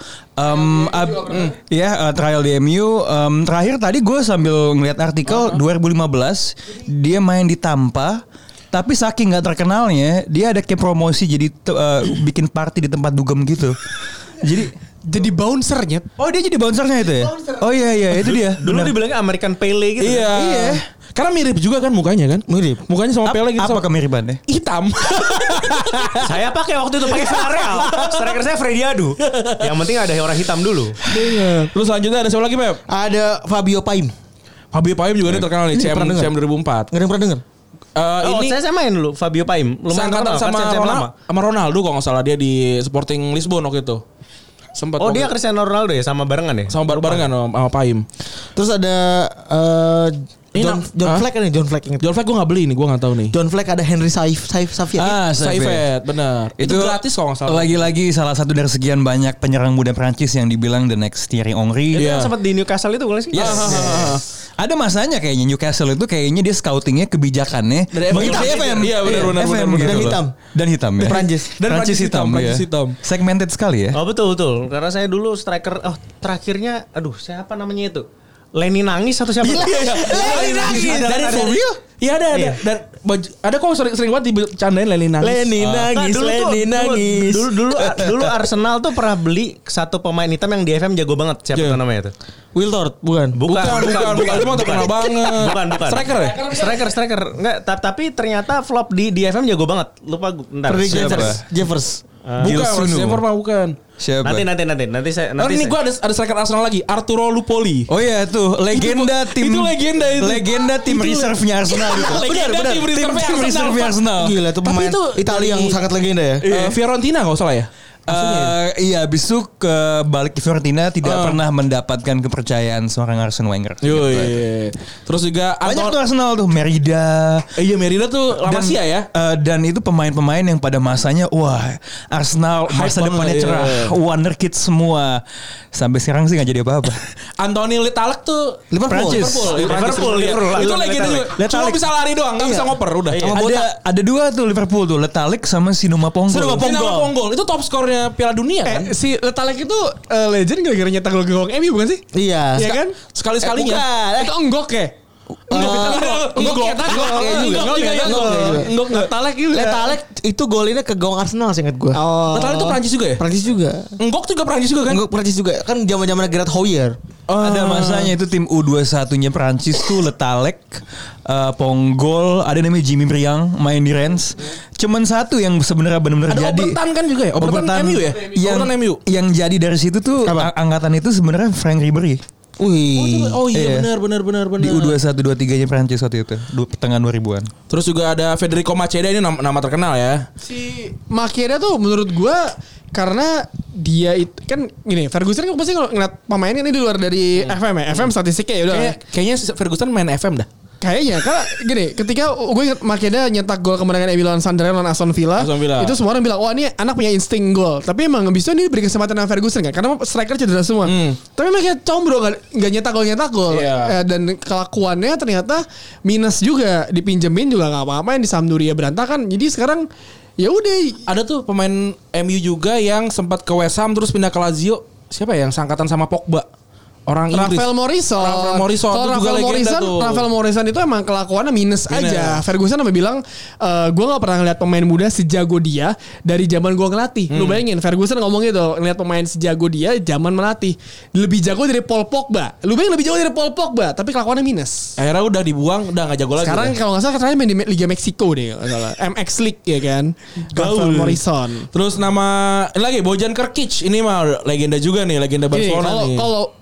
Trial di MU. Terakhir tadi gue sambil ngeliat artikel 2015 dia main di Tampa. Tapi saking nggak terkenalnya, dia ada kayak promosi jadi bikin party di tempat dugem gitu. Jadi bouncernya. Oh dia jadi bouncernya itu ya? Oh iya itu dia. Dulu dibilangnya American Pele gitu. Iya. Karena mirip juga kan mukanya kan? Mirip. Mukanya sama Pele gitu. Apa kemiripannya? Hitam. Saya pakai waktu itu pakai Villarreal. Striker saya Freddy Adu. Yang penting ada orang hitam dulu. Terus selanjutnya ada siapa lagi, Pep? Ada Fabio Paim. Fabio Paim juga ini terkenal nih, CM 2004. Nggak ada yang pernah dengar? Ini saya main dulu Fabio Paim. Lumayan angkatan sama Ronaldo kalau nggak salah dia di Sporting Lisbon waktu itu. Sempat. Oh dia Cristiano Ronaldo ya sama barengan ya? Sama barengan sama Paim. Terus ada John Fleck kan nih, John Fleck inget. John Fleck gue nggak beli nih, gue nggak tahu nih. John Fleck ada Henry Safiet. Saifet, benar. Itu gratis kalau nggak salah. Lagi-lagi salah satu dari sekian banyak penyerang muda Prancis yang dibilang the next Thierry Henry. Dia sempat di Newcastle itu bukan sih? Yes. Ada masanya kayaknya Newcastle itu kayaknya dia scoutingnya kebijakannya dari FM. Iya benar. Gitu dan hitam. Dan hitam ya. Prancis hitam. Segmented sekali ya. Oh betul. Karena saya dulu striker terakhirnya siapa namanya itu? Leni nangis atau siapa? Leni nangis. Dari Fobio? Iya ada. Dan ada kok sering banget dicandain Leni nangis. Leni nangis. Dulu Arsenal tuh pernah beli satu pemain hitam yang di FM jago banget. Siapa tuh namanya tuh? Wiltord, bukan. Cuma terkenal banget. Bukan. Striker ya? Striker. Enggak, tapi ternyata flop di FM jago banget. Lupa bentar. Jeffers. Bukan. Siapa? Nanti saya. Ini gue ada striker Arsenal lagi, Arturo Lupoli. Oh iya tuh, legenda tim. Itu legenda itu. Legenda tim reserve-nya Arsenal itu. Benar. Tim reserve-nya Arsenal. Gila itu pemain Italia yang sangat legenda ya. Fiorentina enggak salah ya? Iya, abis itu balik ke Fiorentina tidak pernah mendapatkan kepercayaan seorang Arsene Wenger. Iya. Terus juga banyak tuh Arsenal tuh Merida. Iya Merida tuh La Masia ya. Dan itu pemain-pemain yang pada masanya Arsenal masa depannya cerah, wonderkid semua. Sampai sekarang sih nggak jadi apa-apa. Anthony Letalek tuh Liverpool. Itu legenda juga. Cuma bisa lari doang, nggak bisa ngoper udah. Ada dua tuh Liverpool tuh, Letalek sama Sinoma Ponggol. Itu top skornya Piala Dunia kan? Si Letalek itu legend gara-gara nyetak gol ke gawang MU bukan sih? Iya. Iya kan? Sekali-sekalinya. Itu enggok ya? Letalek itu golinnya ke gawang Arsenal seingat gue. Letalek itu Prancis juga ya? Prancis juga. Enggok juga Prancis juga kan? Enggok Prancis juga. Kan zaman-zaman Gerard Hoyer. Ada masanya itu tim U21-nya Prancis tuh Letalek, Ponggol, ada namanya Jimmy Briang main di Rennes. Cuman satu yang sebenarnya benar-benar jadi. Ada Obertan kan juga ya? Obertan MU ya? Yang jadi dari situ tuh angkatan itu sebenarnya Frank Ribéry. Wih. Oh iya benar. Di U21 23-nya Prancis waktu itu, pertengahan 2000-an. Terus juga ada Federico Macheda, ini nama terkenal ya. Si Macheda tuh menurut gua karena dia itu kan gini, Ferguson kan pasti kalau ngeliat pemainnya ini di luar dari FM ya. FM statistiknya ya udah. Kayaknya Ferguson main FM dah. Kayaknya karena gini, ketika gue ingat Macheda nyetak gol kemenangan MU lawan Sunderland lawan Aston Villa, itu semua orang bilang wah ini anak punya insting gol. Tapi emang abis itu ini diberi kesempatan sama Ferguson kan, karena striker cedera semua. Tapi mereka combro nggak nyetak gol. Dan kelakuannya ternyata minus juga, dipinjemin juga nggak apa-apa, yang di Sampdoria berantakan. Jadi sekarang ya udah. Ada tuh pemain MU juga yang sempat ke West Ham terus pindah ke Lazio. Siapa ya yang sangkatan sama Pogba? Orang Inggris. Rafael Morrison itu juga legenda tuh. Rafael Morrison itu emang kelakuannya minus aja. Ferguson sampai bilang gue gak pernah ngeliat pemain muda sejago dia dari zaman gue ngelatih. Lu bayangin Ferguson ngomong gitu, ngeliat pemain sejago dia zaman melatih. Lebih jago dari Paul Pogba. Lu bayangin lebih jago dari Paul Pogba, tapi kelakuannya minus. Akhirnya udah dibuang, udah gak jago lagi. Sekarang kalau gak salah katanya main di Liga Meksiko deh, MX League ya kan. Rafael Morrison. Terus nama ini lagi Bojan Krkić, ini mah legenda juga nih, legenda Barcelona nih.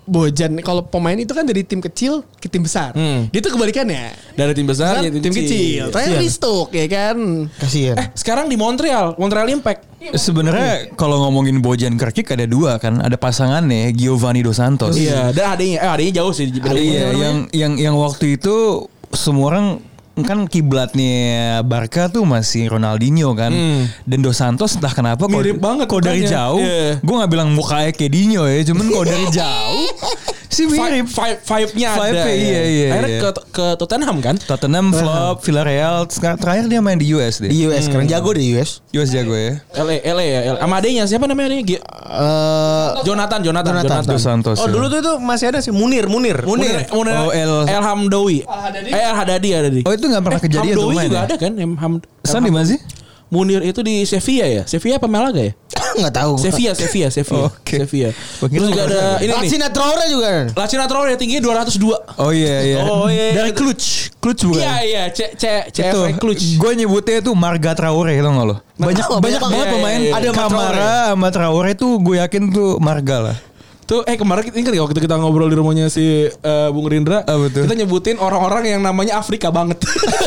Kalau pemain itu kan dari tim kecil ke tim besar. Dia tuh kebalikannya. Dari tim besar jadi tim kecil. Terakhir di Stoke ya kan. Kasihan. Sekarang di Montreal Impact. Sebenarnya kalau ngomongin Bojan Krkić ada dua kan, ada pasangannya Giovanni Dos Santos. Iya, dan adanya jauh sih. Iya, yang waktu itu semua orang kan kiblatnya Barca tuh masih Ronaldinho kan. Dan Dos Santos entah kenapa mirip banget kok dari jauh. Gue gak bilang mukanya kayak Dinho ya, cuman kok dari jauh sih mirip. Vibe-nya ada. Iya. Akhirnya ke Tottenham kan? Tottenham flop, Villarreal. Sekarang terakhir dia main di US deh. Di US sekarang jago di US. US jago ya. LA ya. Sama adenya siapa namanya nih? Jonathan Dos Santos. Oh dulu tuh itu masih ada sih Munir. El Hamdawi. El Hadadi. Oh itu gak pernah kejadian tuh Hamdawi main juga ya? ada kan? San di mana sih? Munir itu di Sevilla ya? Sevilla apa Malaga ya? Nggak tahu. Sevilla. Oke. Sevilla. Terus juga ada ini nih. Lacina Traore juga. Lacina Traore tingginya 202. Oh iya. Oh iya. Dari Cluj bukan? Iya. CFA Cluj. Gue nyebutnya tuh Marga Traore, tau gak lo? Banyak banget pemain. Ada Kamara sama Traore tuh gue yakin tuh Marga lah. Tuh kemarin ingat gak waktu kita ngobrol di rumahnya si Bung Rindra, betul. kita nyebutin orang-orang yang namanya Afrika banget.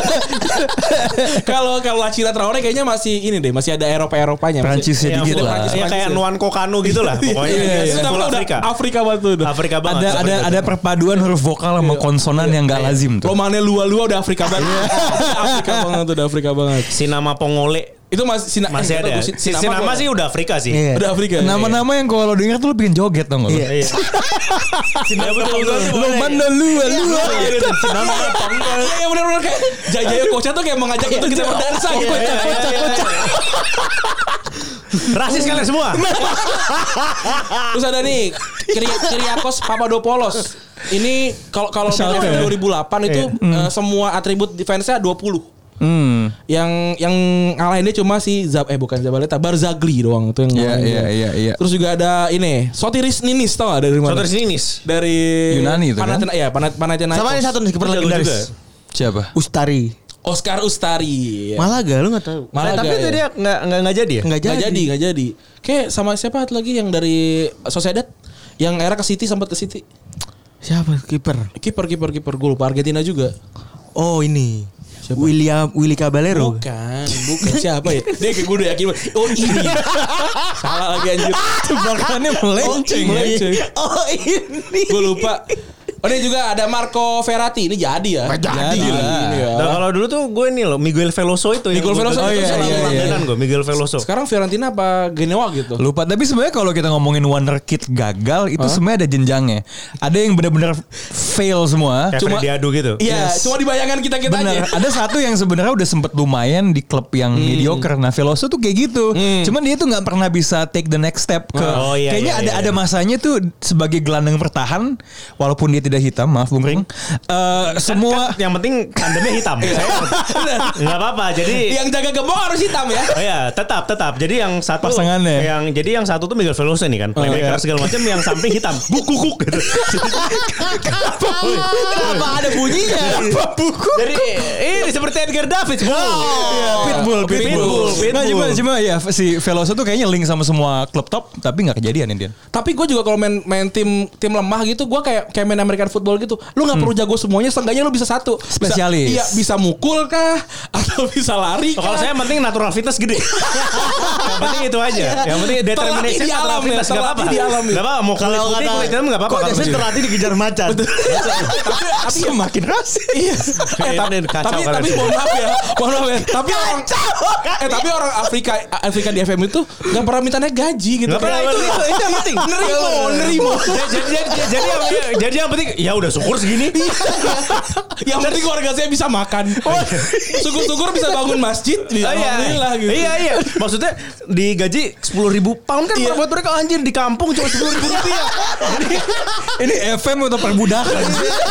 Kalau Lacina Traore kayaknya masih ini deh, masih ada Eropa-Eropanya. Prancisnya dikit lah. Ya kayak Nwankwo Kanu gitu lah pokoknya. Full Afrika banget tuh. Afrika banget. Ada perpaduan huruf vokal sama konsonan yang gak lazim tuh. Romane Lua udah Afrika banget. Afrika banget. Sinama Pongole itu masih ada. Sinama sih udah Afrika sih. Iya. Udah Afrika. Nama-nama yang kalau denger tuh lu bikin joget tau gak? Iya. Sinama Pongole. Lua. Sinama Pongole. Iya benar-benar kayak Jaya Kocha tuh kayak mengajak untuk kita berdansa gitu. Kocak. Rasis kalian semua. Terus ada nih Kyriakos Papadopoulos. Ini kalau di 2008 itu semua atribut defense-nya 20. Yang ngalahin dia cuma si bukan Zabaleta, Barzagli doang itu yang ngalahin. Iya. Terus juga ada ini Sotiris Ninis, tau gak dari mana? Sotiris Ninis dari Yunani itu kan? Panathinaikos. Sama ini satu nih kiper legendaris. Siapa? Ustari. Oscar Ustari. Malaga lu enggak tahu. Tapi itu dia enggak jadi ya? Enggak jadi. Kayak sama siapa lagi yang dari Sociedad yang era ke City sempat ke City. Siapa kiper? Kiper gue lupa, Argentina juga. Oh ini. Siapa? Willy Caballero. Bukan siapa ya? Dia kayak gue udah yakin. Oh ini. Salah lagi anjir. Tebakannya melenceng. Oh ini. Gue lupa. Oh ini juga ada Marco Verratti. Ini jadi ya. Jadi lah. Ya. Nah kalau dulu tuh gue nih loh Miguel Veloso itu. Miguel Veloso itu iya. langganan gue Miguel Veloso. Sekarang Fiorentina apa Genoa gitu? Lupa. Tapi sebenarnya kalau kita ngomongin wonderkid gagal itu sebenarnya ada jenjangnya. Ada yang benar-benar fail semua. Kayak Cuma diadu gitu. Iya, cuma di bayangan kita aja. Benar. Ada satu yang sebenarnya udah sempet lumayan di klub yang mediocre. Nah Veloso tuh kayak gitu. Cuman dia tuh nggak pernah bisa take the next step ke. Kayaknya ada masanya tuh sebagai gelandang bertahan, walaupun dia tidak hitam, maaf Bung Ring. Semua yang penting tandemnya hitam. Nggak apa-apa. Jadi yang jaga gembok harus hitam ya. Oh ya, tetap. Jadi yang satu pasangannya. Yang satu tuh Miguel Veloso nih kan, playmaker segala macam, yang samping hitam. Bukuk gitu. Kenapa ada bunyinya? Jadi ini seperti Edgar Davids. Pitbull. Cuma ya si Veloso tuh kayaknya link sama semua klub top, tapi nggak kejadian Indian. Tapi gue juga kalau main tim lemah gitu, gue kayak main American football gitu. Lu nggak perlu jago semuanya, seenggaknya lu bisa satu. Spesialis. Iya, bisa mukul kah atau bisa lari kah? Kalau saya penting natural fitness gede. Yang penting itu aja. Yang penting determination di alam ya, nggak apa-apa. Nggak apa-apa. Mau kulit putih kulit hitam nggak apa-apa. Kok biasanya terlatih dikejar macan. Tapi semakin rasis. Iya. Tapi mohon maaf ya. Tapi orang Afrika di FM itu nggak pernah minta naik gaji gitu. Nggak pernah itu yang penting. Nerimo. Jadi yang penting ya udah syukur segini. Yang penting keluarga saya bisa makan. Syukur-syukur bisa bangun masjid. Alhamdulillah gitu. Iya. Maksudnya digaji 10.000 pound kan buat mereka anjir di kampung cuma 10.000 rupiah. Ini FM atau perbudakan?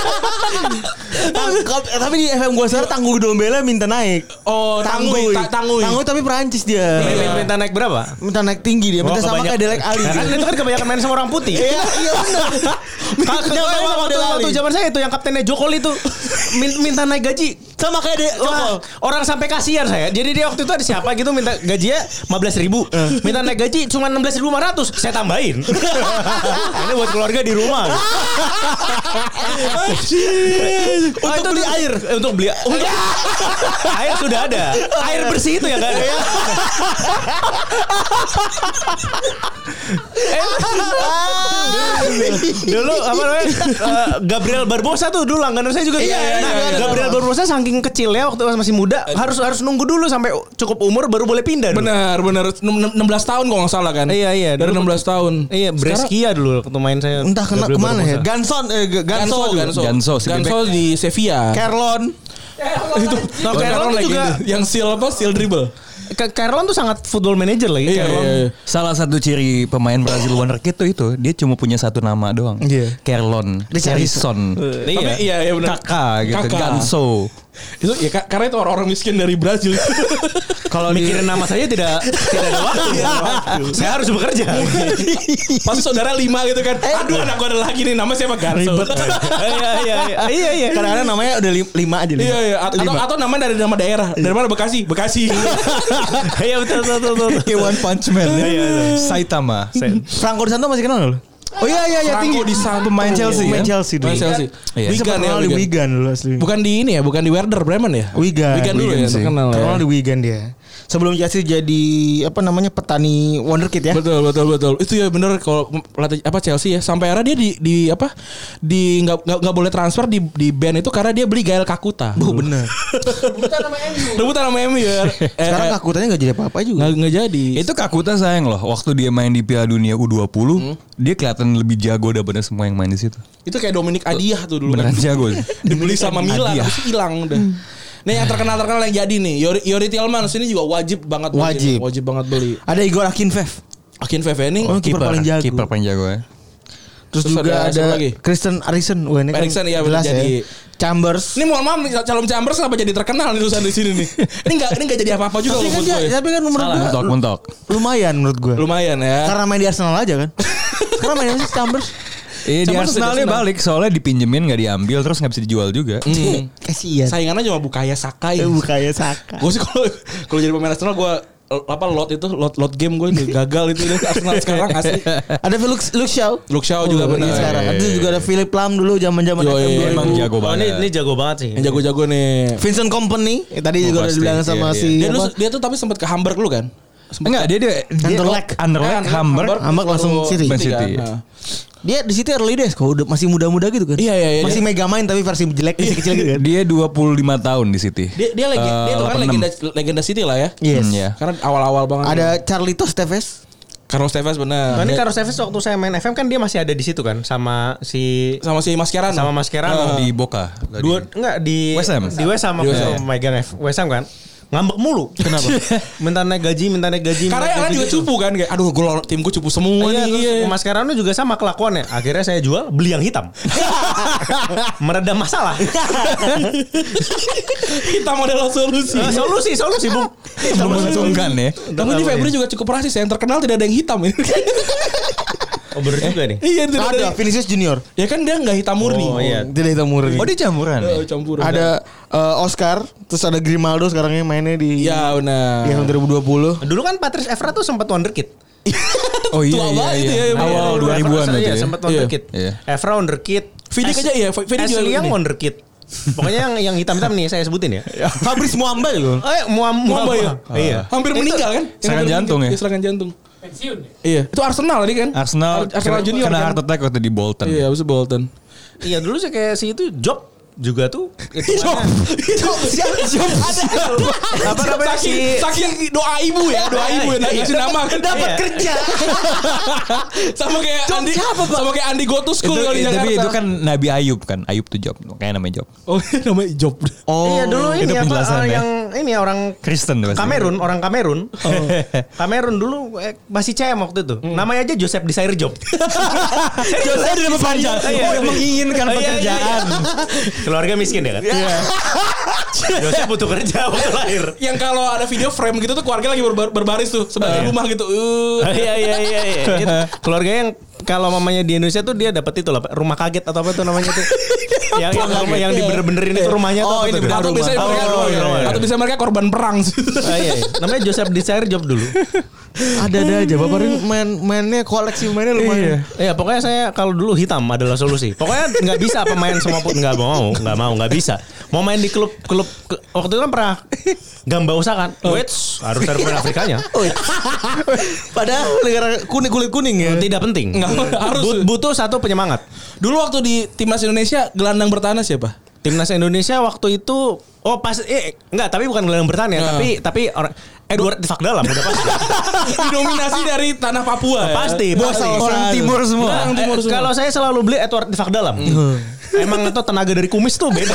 Tapi di FM gua sekarang Tangguh Dombele minta naik. Oh, Tangguh tapi Perancis dia. Minta naik berapa? Minta naik tinggi dia. Minta sama kayak Delek Ali. Kan itu kan kebanyakan main sama orang putih. Iya benar. Waktu zaman saya itu yang kaptennya Jokol itu minta naik gaji sama kayak Jokol. Orang sampai kasihan saya. Jadi dia waktu itu ada siapa gitu minta gajinya 15.000. Minta naik gaji cuma 16.500. Saya tambahin. Ini buat keluarga di rumah. Untuk beli air. Untuk beli air sudah ada. Air bersih itu ya enggak ada. Dulu apa namanya? Gabriel Barbosa tuh dulu langganan saya juga. Gabriel Barbosa saking kecilnya waktu masih muda harus nunggu dulu sampai cukup umur baru boleh pindah. Benar 16 tahun kalau nggak salah kan. Iya. Dari 16 tahun. Iya, Brescia dulu waktu main saya. Entah kemana ya. Ganso di Sevilla. Carlon. Itu Carlon juga yang seal dribble. Carlon tuh sangat football manager lagi. Iya. Salah satu ciri pemain Brazil wonderkid itu dia cuma punya satu nama doang. Carlon, Harrison. Tapi iya benar. Kakak gitu, Ganso. Itu ya karena itu orang-orang miskin dari Brazil. Kalau mikirin nama saya tidak ada waktu. Saya harus bekerja. Pas saudara 5 gitu kan. Aduh anak gue ada lagi nih nama siapa Ganso. Iya. Kadang-kadang namanya udah 5 aja. Iya. Atau nama dari nama daerah. Dari mana Bekasi. Iya betul. Kayak One Punch Man. Iya. Saitama. Franco Di Santo masih kenal loh. Oh iya Franco Di Santo. Pemain Chelsea Pemain kan? Chelsea dulu. Pemain Chelsea. Iya. Dia sempat terkenal di Wigan dulu asli. Bukan di ini ya, bukan di Werder Bremen ya? Wigan dulu ya sih. terkenal ya. Terkenal di Wigan dia. Sebelum Chelsea jadi petani wonderkid ya. Betul. Itu ya bener kalau pelatih Chelsea ya. Sampai akhirnya dia di nggak boleh transfer di band itu karena dia beli Gael Kakuta. Bener. Rebutan sama MU ya. Sekarang Kakutanya nggak jadi apa-apa juga. Nggak jadi. Itu Kakuta sayang loh. Waktu dia main di Piala Dunia U20, dia kelihatan lebih jago daripada semua yang main di situ. Itu kayak Dominic Adiah tuh dulu. Beneran jago. Dibeli sama Milan, habis itu hilang udah. Nih yang terkenal yang jadi nih, Yori Tillmans ini juga wajib banget beli. Ada Igor Akinfev. Akinfev ini kiper paling jago. Kiper paling jago ya. Terus juga ada Christian Eriksen. Wah, ini Eriksen kan ya jelas jadi. Chambers. Ini mohon maaf calon Chambers kenapa jadi terkenal nih tulisan di sini nih. Ini enggak jadi apa-apa juga Tapi kan menurut gue. tapi kan menurut gue Mentok. lumayan menurut gue. Lumayan ya. Karena main di Arsenal aja kan. Sekarang main di Chambers. Iya di Arsenal dia balik soalnya dipinjemin nggak diambil terus nggak bisa dijual juga. Kasihan. Saingannya cuma Bukayo Saka ya. Bukayo Saka. Gue sih kalau jadi pemain Arsenal gue lot game gue gagal itu Arsenal sekarang asli. Ada Luke Shaw juga benar. Sekarang. Ada juga ada Philip Lahm dulu zaman-zaman FM 2000. Emang jago banget. Ini jago banget sih. Yang jago-jago nih. Vincent Kompany tadi juga udah dibilang sama si Dia tuh tapi sempat ke Hamburg lu kan? Enggak, dia Anderlecht Hamburg langsung City. Man City. Dia di situ early days kok udah masih muda-muda gitu kan. Iya. Masih mega main tapi versi jelek masih kecil gitu kan. Dia 25 tahun di City. Dia itu kan legenda City lah ya. Yes. Karena awal-awal banget. Ada Carlitos Tevez. Carlos Tevez benar. Nah, ini Carlos Tevez waktu saya main FM kan dia masih ada di situ kan sama si Mascherano. Sama Mascherano Di Boca. Di West Ham. Di West Ham waktu megang West Ham kan. Ngambek mulu. Kenapa? minta naik gaji. Karena yang lain juga cupu kan kayak aduh timku cupu semua nih. Terus Mascherano juga sama kelakuannya. Akhirnya saya jual beli yang hitam. Meredam masalah. Hitam adalah solusi. Solusi, Bung. Menguntungkan ya. Tapi di Februari juga cukup rasis ya. Yang terkenal tidak ada yang hitam ini. Oh bener juga nih. Iya tidak Ada Vinicius Junior. Ya kan dia nggak hitam murni. Oh iya. Tidak hitam murni. Oh dia campuran. Campuran. Ada Oscar, terus ada Grimaldo sekarang yang mainnya di Ya benar. di tahun 2020. Dulu kan Patrice Evra tuh sempat wonderkid. Oh iya. Tua banget itu ya. Awal 2000-an Iya, itu ya. sempat wonderkid. Iya. Evra wonderkid. Vidic aja ya. Vidic juga Asli yang ini. wonderkid. Pokoknya yang hitam-hitam nih saya sebutin ya. Fabrice Muamba loh. Muamba ya. Iya. Hampir meninggal kan? Serangan jantung ya? Serangan jantung. Pensiun. Iya. Itu Arsenal tadi kan? Arsenal Junior kena kan? heart attack waktu di Bolton. Iya, habis Bolton. Iya dulu sih kayak si itu Job juga tuh Job apa namanya saking doa ibu ya, doa ibu yang ngasih nama kan Dapat kerja. sama kayak Andi Go to School kalau di Jakarta. Tapi itu kan Nabi Ayub kan. Ayub tuh Job. Kayak namanya Job. Oh, namanya Job. Iya dulu itu ini apa penjelasannya. yang ini ya orang Kristen tuh. Orang Kamerun. Kamerun dulu masih CM waktu itu. Namanya aja Joseph Desire Job. Joseph di nama panjang. Oh, menginginkan pekerjaan. Keluarga miskin ya kan? Iya. Joseph butuh kerja waktu lahir. Yang kalau ada video frame gitu tuh keluarga lagi berbaris tuh sebagai rumah gitu. Iya. Keluarga yang kalau mamanya di Indonesia tuh dia dapat itu lah rumah kaget atau apa tuh namanya tuh. yang dibener-benerin itu rumahnya tuh. Oh, ini benar. Atau bisa mereka korban perang. Iya. Namanya Joseph Desire Job dulu. Ada aja Bapak Rin mainnya koleksi mainnya lumayan. Iya, pokoknya saya kalau dulu hitam adalah solusi. Pokoknya nggak bisa apa main semua pun nggak mau, nggak bisa. Mau main di klub waktu itu kan pernah Gambausa kan. Wits, harus ada pemain Afrikanya. Padahal negara kulit kuning ya. Tidak penting. Harus butuh satu penyemangat. Dulu waktu di Timnas Indonesia gelandang bertahan siapa? Timnas Indonesia waktu itu enggak, tapi bukan gelandang bertahan ya, tapi orang Edward Tifak Dalam udah pasti. Didominasi dari tanah Papua. Pasti. Orang timur semua. Kalau saya selalu beli Edward Tifak Dalam. Emang itu tenaga dari kumis tuh beda.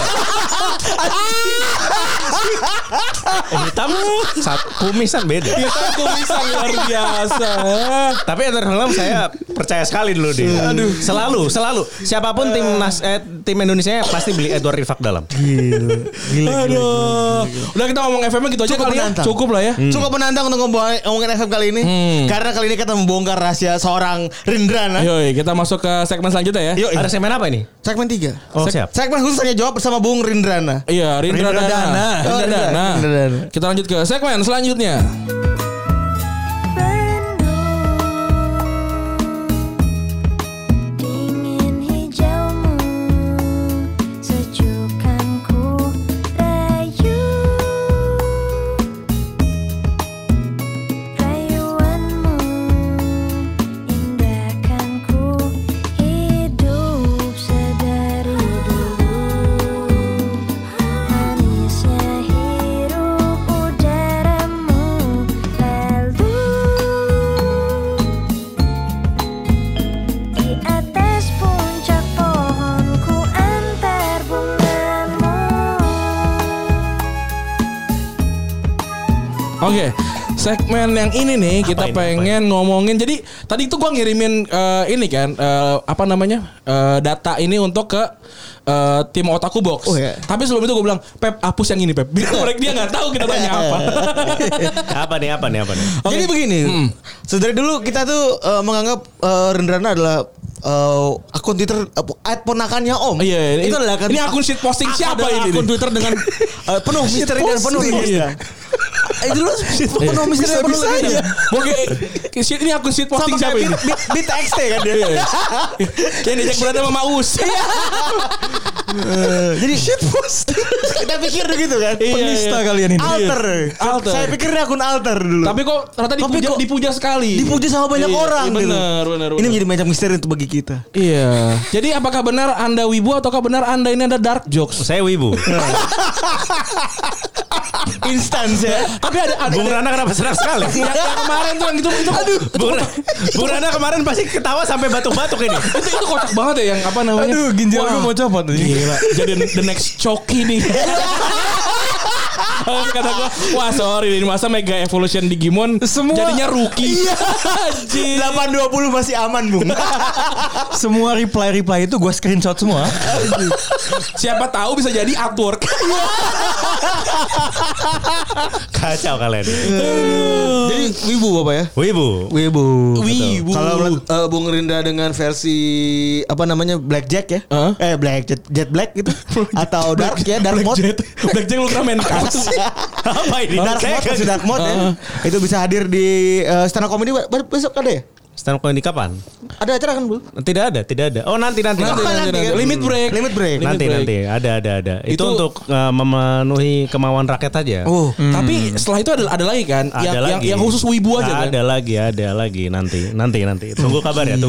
Hitam kumisan beda. Hitam kumisan luar biasa. Tapi Edward Tifak Dalam saya percaya sekali dulu dia. Aduh, selalu siapapun tim Indonesia pasti beli Edward Tifak Dalam. Gila. Udah kita ngomong FM gitu aja kali ya. Cukup lah ya. Cukup menantang untuk ngomongin FM kali ini. Karena kali ini kita membongkar rahasia seorang Rindrana. Yoi, kita masuk ke segmen selanjutnya ya. Yuk, Ada segmen apa ini? segmen 3. Oh, siap. Segmen khusus tanya jawab bersama Bung Rindrana. Iya, Rindra Dana. Kita lanjut ke segmen selanjutnya. Oke, segmen yang ini nih kita pengen ngomongin. Jadi tadi itu gua ngirimin ini kan data ini untuk ke tim Otaku Box. Oh, iya. Tapi sebelum itu gue bilang, Pep hapus yang ini Pep. Biar mereka dia nggak tahu kita tanya apa. Apa nih? Okay. Jadi begini, dari dulu kita tuh menganggap Rendrana adalah akun Twitter ponakannya Om. Iya, itu adalah ini akun shit posting siapa ini? Akun Twitter dengan penuh misteri dan penuh legenda. Itu dulu penuh misteri dan penuh legenda. Oke, ini akun shit posting siapa ini? Bit TXT kan dia. Yang diajak berantem sama Us. Jadi shit posting. Kita pikir begitu kan. Penista kalian ini. Alter. Saya pikir dia akun alter dulu. Tapi kok ternyata dipuja sekali. Dipuja sama banyak orang. Benar. Ini menjadi macam misteri untuk bagi kita. Iya. Jadi apakah benar Anda wibu ataukah benar Anda ini ada dark jokes? Saya wibu. Instance ya. Tapi ada Bung Rana kenapa senang sekali? yang kemarin tuh yang itu aduh. Bung Rana kemarin pasti ketawa sampai batuk-batuk ini. itu kocak banget ya yang apa namanya? Aduh, ginjal gue mau copot. Gila. Jadi the next Choki nih. Kata gue, wah sorry ini masa Mega Evolution Digimon semua jadinya rookie. Iya. 820 masih aman Bung. Semua reply itu gue screenshot semua. Siapa tahu bisa jadi artwork. Kacau kalian. Jadi wibu apa ya? Wibu. Kalau Bung Rinda dengan versi apa namanya Blackjack ya? Jet Black gitu. Atau Dark ya, Dark Mode. Blackjack lu kira main kartu. Apa ini? Dark Mode ya. Itu bisa hadir di stand up comedy besok ada ya? Stand up comedy kapan? Ada acara kan, Bu? Tidak ada. Oh, nanti. Limit break. Nanti. Ada. Itu untuk memenuhi kemauan rakyat aja. Oh, tapi setelah itu ada lagi kan? Yang khusus wibu aja kan? Ada lagi nanti. Tunggu kabar ya.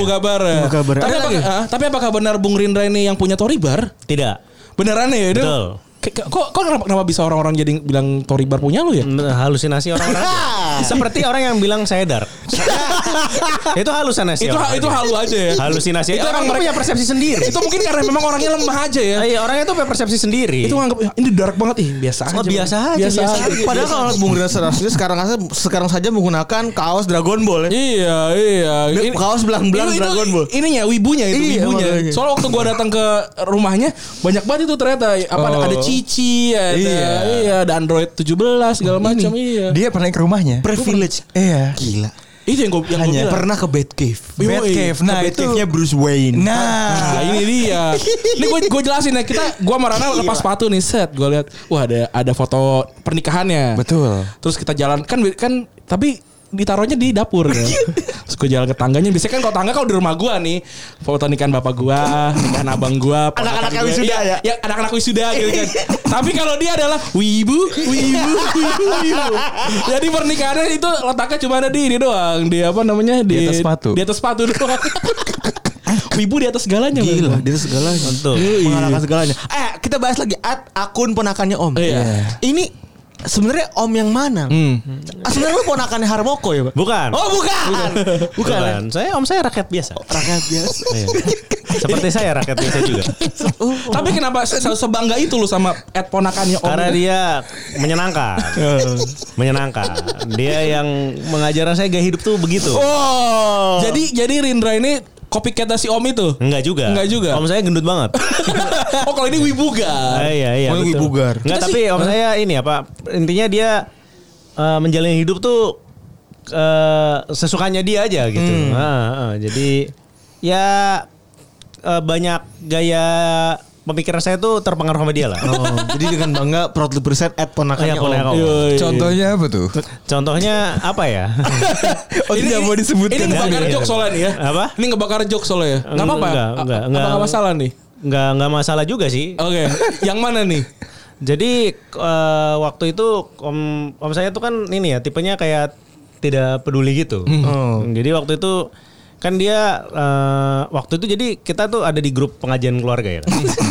Tapi apakah benar Bung Rindra ini yang punya Toribar? Tidak. Beneran ya? Betul. Kok kenapa bisa orang-orang jadi bilang Toribar punya lu ya? Halusinasi orang-orang aja. Seperti orang yang bilang saya dark. Itu halusinasi. Itu halu aja ya. Halusinasi. Itu orang punya persepsi sendiri. Itu mungkin karena memang orangnya lemah aja ya. Iya, orangnya itu punya persepsi sendiri. Itu nganggap ini dark banget. Biasa aja. Padahal kalau Bung Rinda sekarang saja menggunakan kaos Dragon Ball ya. Iya. Kaos belang-belang Dragon Ball. Ininya wibunya. Soalnya waktu gua datang ke rumahnya banyak banget itu ternyata ada Cici, ada Android 17 segala macam. Iya. Dia pernah ke rumahnya. Privilege. Iya. Gila. Itu yang gue bilang. Pernah ke Batcave. Nah itu Batcave-nya Bruce Wayne. Nah ini dia. Ini gue jelasin ya. Gue sama Rana lepas sepatu nih set. Gue lihat, wah ada foto pernikahannya. Betul. Terus kita jalan kan tapi ditaruhnya di dapur ya. Terus gue jalan ke tangganya. Biasanya kan kalau tangga kalau di rumah gue nih, foto nikahan bapak gue, nikahan abang gue, anak-anak wisuda ya. Ya anak-anak wisuda gitu kan. Tapi kalau dia adalah wibu. Jadi pernikahannya itu letaknya cuma ada di ini doang. Di apa namanya? Di atas sepatu. Di atas sepatu doang. Wibu di atas segalanya. Gila, di atas segalanya. Betul. Mengalahkan segalanya. Kita bahas lagi akun ponakannya Om. Iya. Ini sebenarnya Om yang mana? Sebenarnya lu ponakannya Harmoko ya, Pak? Bukan. Oh, bukan. Om saya rakyat biasa. Rakyat biasa. Iya. Seperti saya rakyat biasa juga. Tapi kenapa sebangga itu lu sama ponakannya Om? Karena dia menyenangkan. Dia yang mengajarkan saya gaya hidup tuh begitu. Oh. Jadi Rindra ini copycat si Om itu? Enggak juga. Om saya gendut banget. Oh, kalau ini wibugar. Iya. Oh, wibugar. Enggak, tapi Om saya ini apa? Intinya dia menjalani hidup tuh sesukanya dia aja gitu. Jadi ya banyak gaya pemikiran saya tuh terpengaruh sama dia lah. Jadi dengan bangga proudly present ponakannya Om. Contohnya apa tuh? Contohnya apa ya? Ini tidak mau disebutkan. Ini ngebakar jok soalnya nih ya. Apa? Ini ngebakar jok soalnya ya. Enggak apa-apa. Enggak masalah nih. Enggak masalah juga sih. Oke. Yang mana nih? Jadi waktu itu om saya tuh kan ini ya tipenya kayak tidak peduli gitu. Jadi waktu itu kan dia waktu itu jadi kita tuh ada di grup pengajian keluarga ya.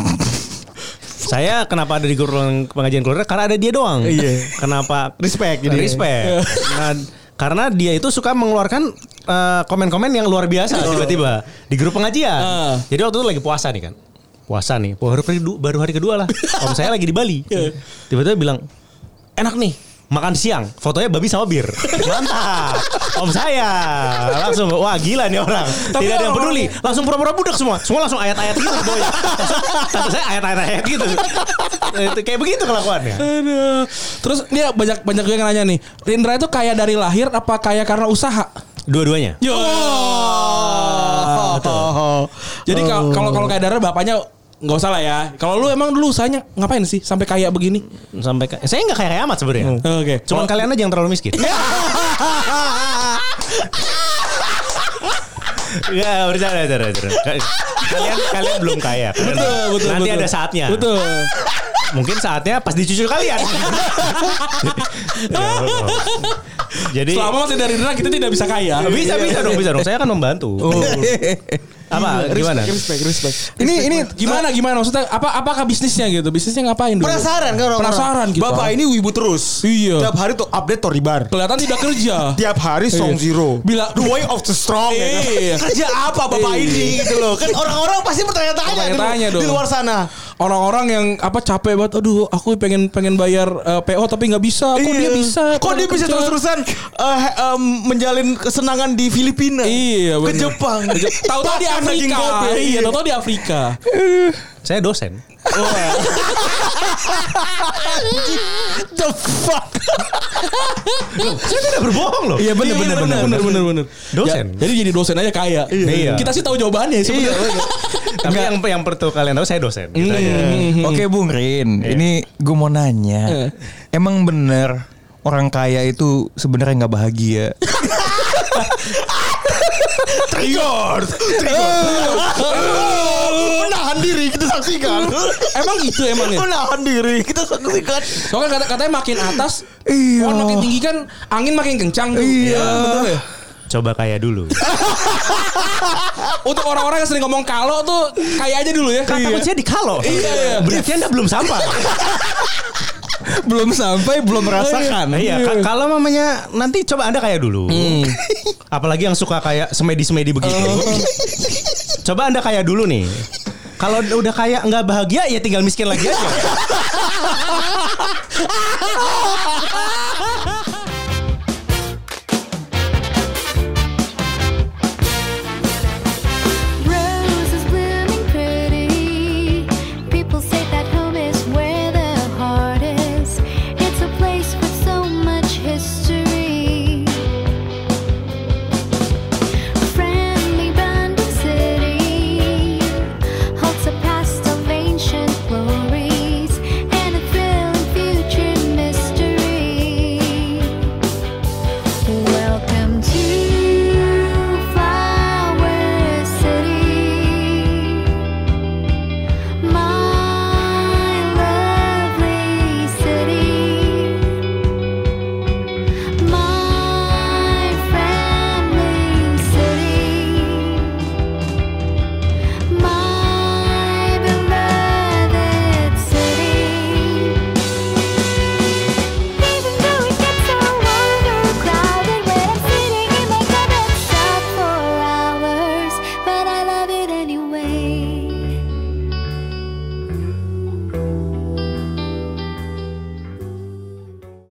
Saya kenapa ada di grup pengajian keluarga? Karena ada dia doang. Iya. Kenapa? Respect. Nah, karena dia itu suka mengeluarkan komen-komen yang luar biasa tiba-tiba di grup pengajian. Jadi waktu itu lagi puasa nih kan. Puasa nih, baru hari kedua lah. Om saya lagi di Bali. Tiba-tiba bilang, enak nih makan siang, fotonya babi sama bir. Mantap. Om saya langsung, wah gila nih orang. Tidak ada yang peduli, langsung pura-pura budak semua. Semua langsung ayat-ayat gitu bawahnya. Kata saya ayat-ayat gitu. Kayak begitu kelakuannya. Aduh. Terus dia banyak juga yang nanya nih, Rindra itu kaya dari lahir apa kaya karena usaha? Dua-duanya. Yo. Jadi kalau kaya dari bapaknya nggak usah lah ya. Kalau lu emang dulu usahanya ngapain sih sampai kaya begini? Saya nggak kaya amat sebenarnya. Oke. Cuman kalian aja yang terlalu miskin. Ya bercanda. Kalian belum kaya. Betul. Nanti ada saatnya. Betul. Mungkin saatnya pas dicucur kalian. Jadi selama masih dari Rindra kita tidak bisa kaya. Bisa dong. Saya akan membantu. Apa? Gimana? Respect. Ini gimana maksudnya apakah bisnisnya gitu? Bisnisnya ngapain dulu? Penasaran kan orang-orang. Penasaran gitu. Bapak ini wibu terus. Iya. Tiap hari tuh update Toribar. Kelihatan tidak kerja. Tiap hari Song Zero. Bila The Way of the Strong. Iya. Kerja apa Bapak ini gitu loh. Kan orang-orang pasti bertanya-tanya dong. di luar sana. Orang-orang yang capek banget. Aduh, aku pengen bayar PO tapi nggak bisa. Kok dia bisa? Kok dia bisa terus-terusan menjalin kesenangan di Filipina? Iya, ke Jepang. Tahu-tahu di Afrika. Iya, tahu-tahu di Afrika. Saya dosen. The fuck? Saya tidak berbohong loh. Iya benar. Dosen. Jadi jadi dosen aja kaya. Iya. Kita sih tahu jawabannya sebenarnya. Tapi yang perlu kalian tahu saya dosen. Gitu aja. Oke Bung Rin, ini gue mau nanya, emang bener orang kaya itu sebenarnya nggak bahagia? Trigger. Menahan diri kita saksikan. Emang gitu emangnya? Menahan diri kita saksikan. Soalnya katanya makin atas, pohon makin tinggi kan angin makin kencang tuh. Iya. Betul ya? Coba kaya dulu. Untuk orang-orang yang sering ngomong kalau tuh kaya aja dulu ya. Kata kuncinya di kalau. Iya. Berarti Anda belum sampai. Belum sampai, belum merasakan. Iya, kalau mamanya nanti coba Anda kaya dulu. Apalagi yang suka kayak semedi-semedi begitu. Coba Anda kaya dulu nih. Kalau udah kaya nggak bahagia ya tinggal miskin lagi aja.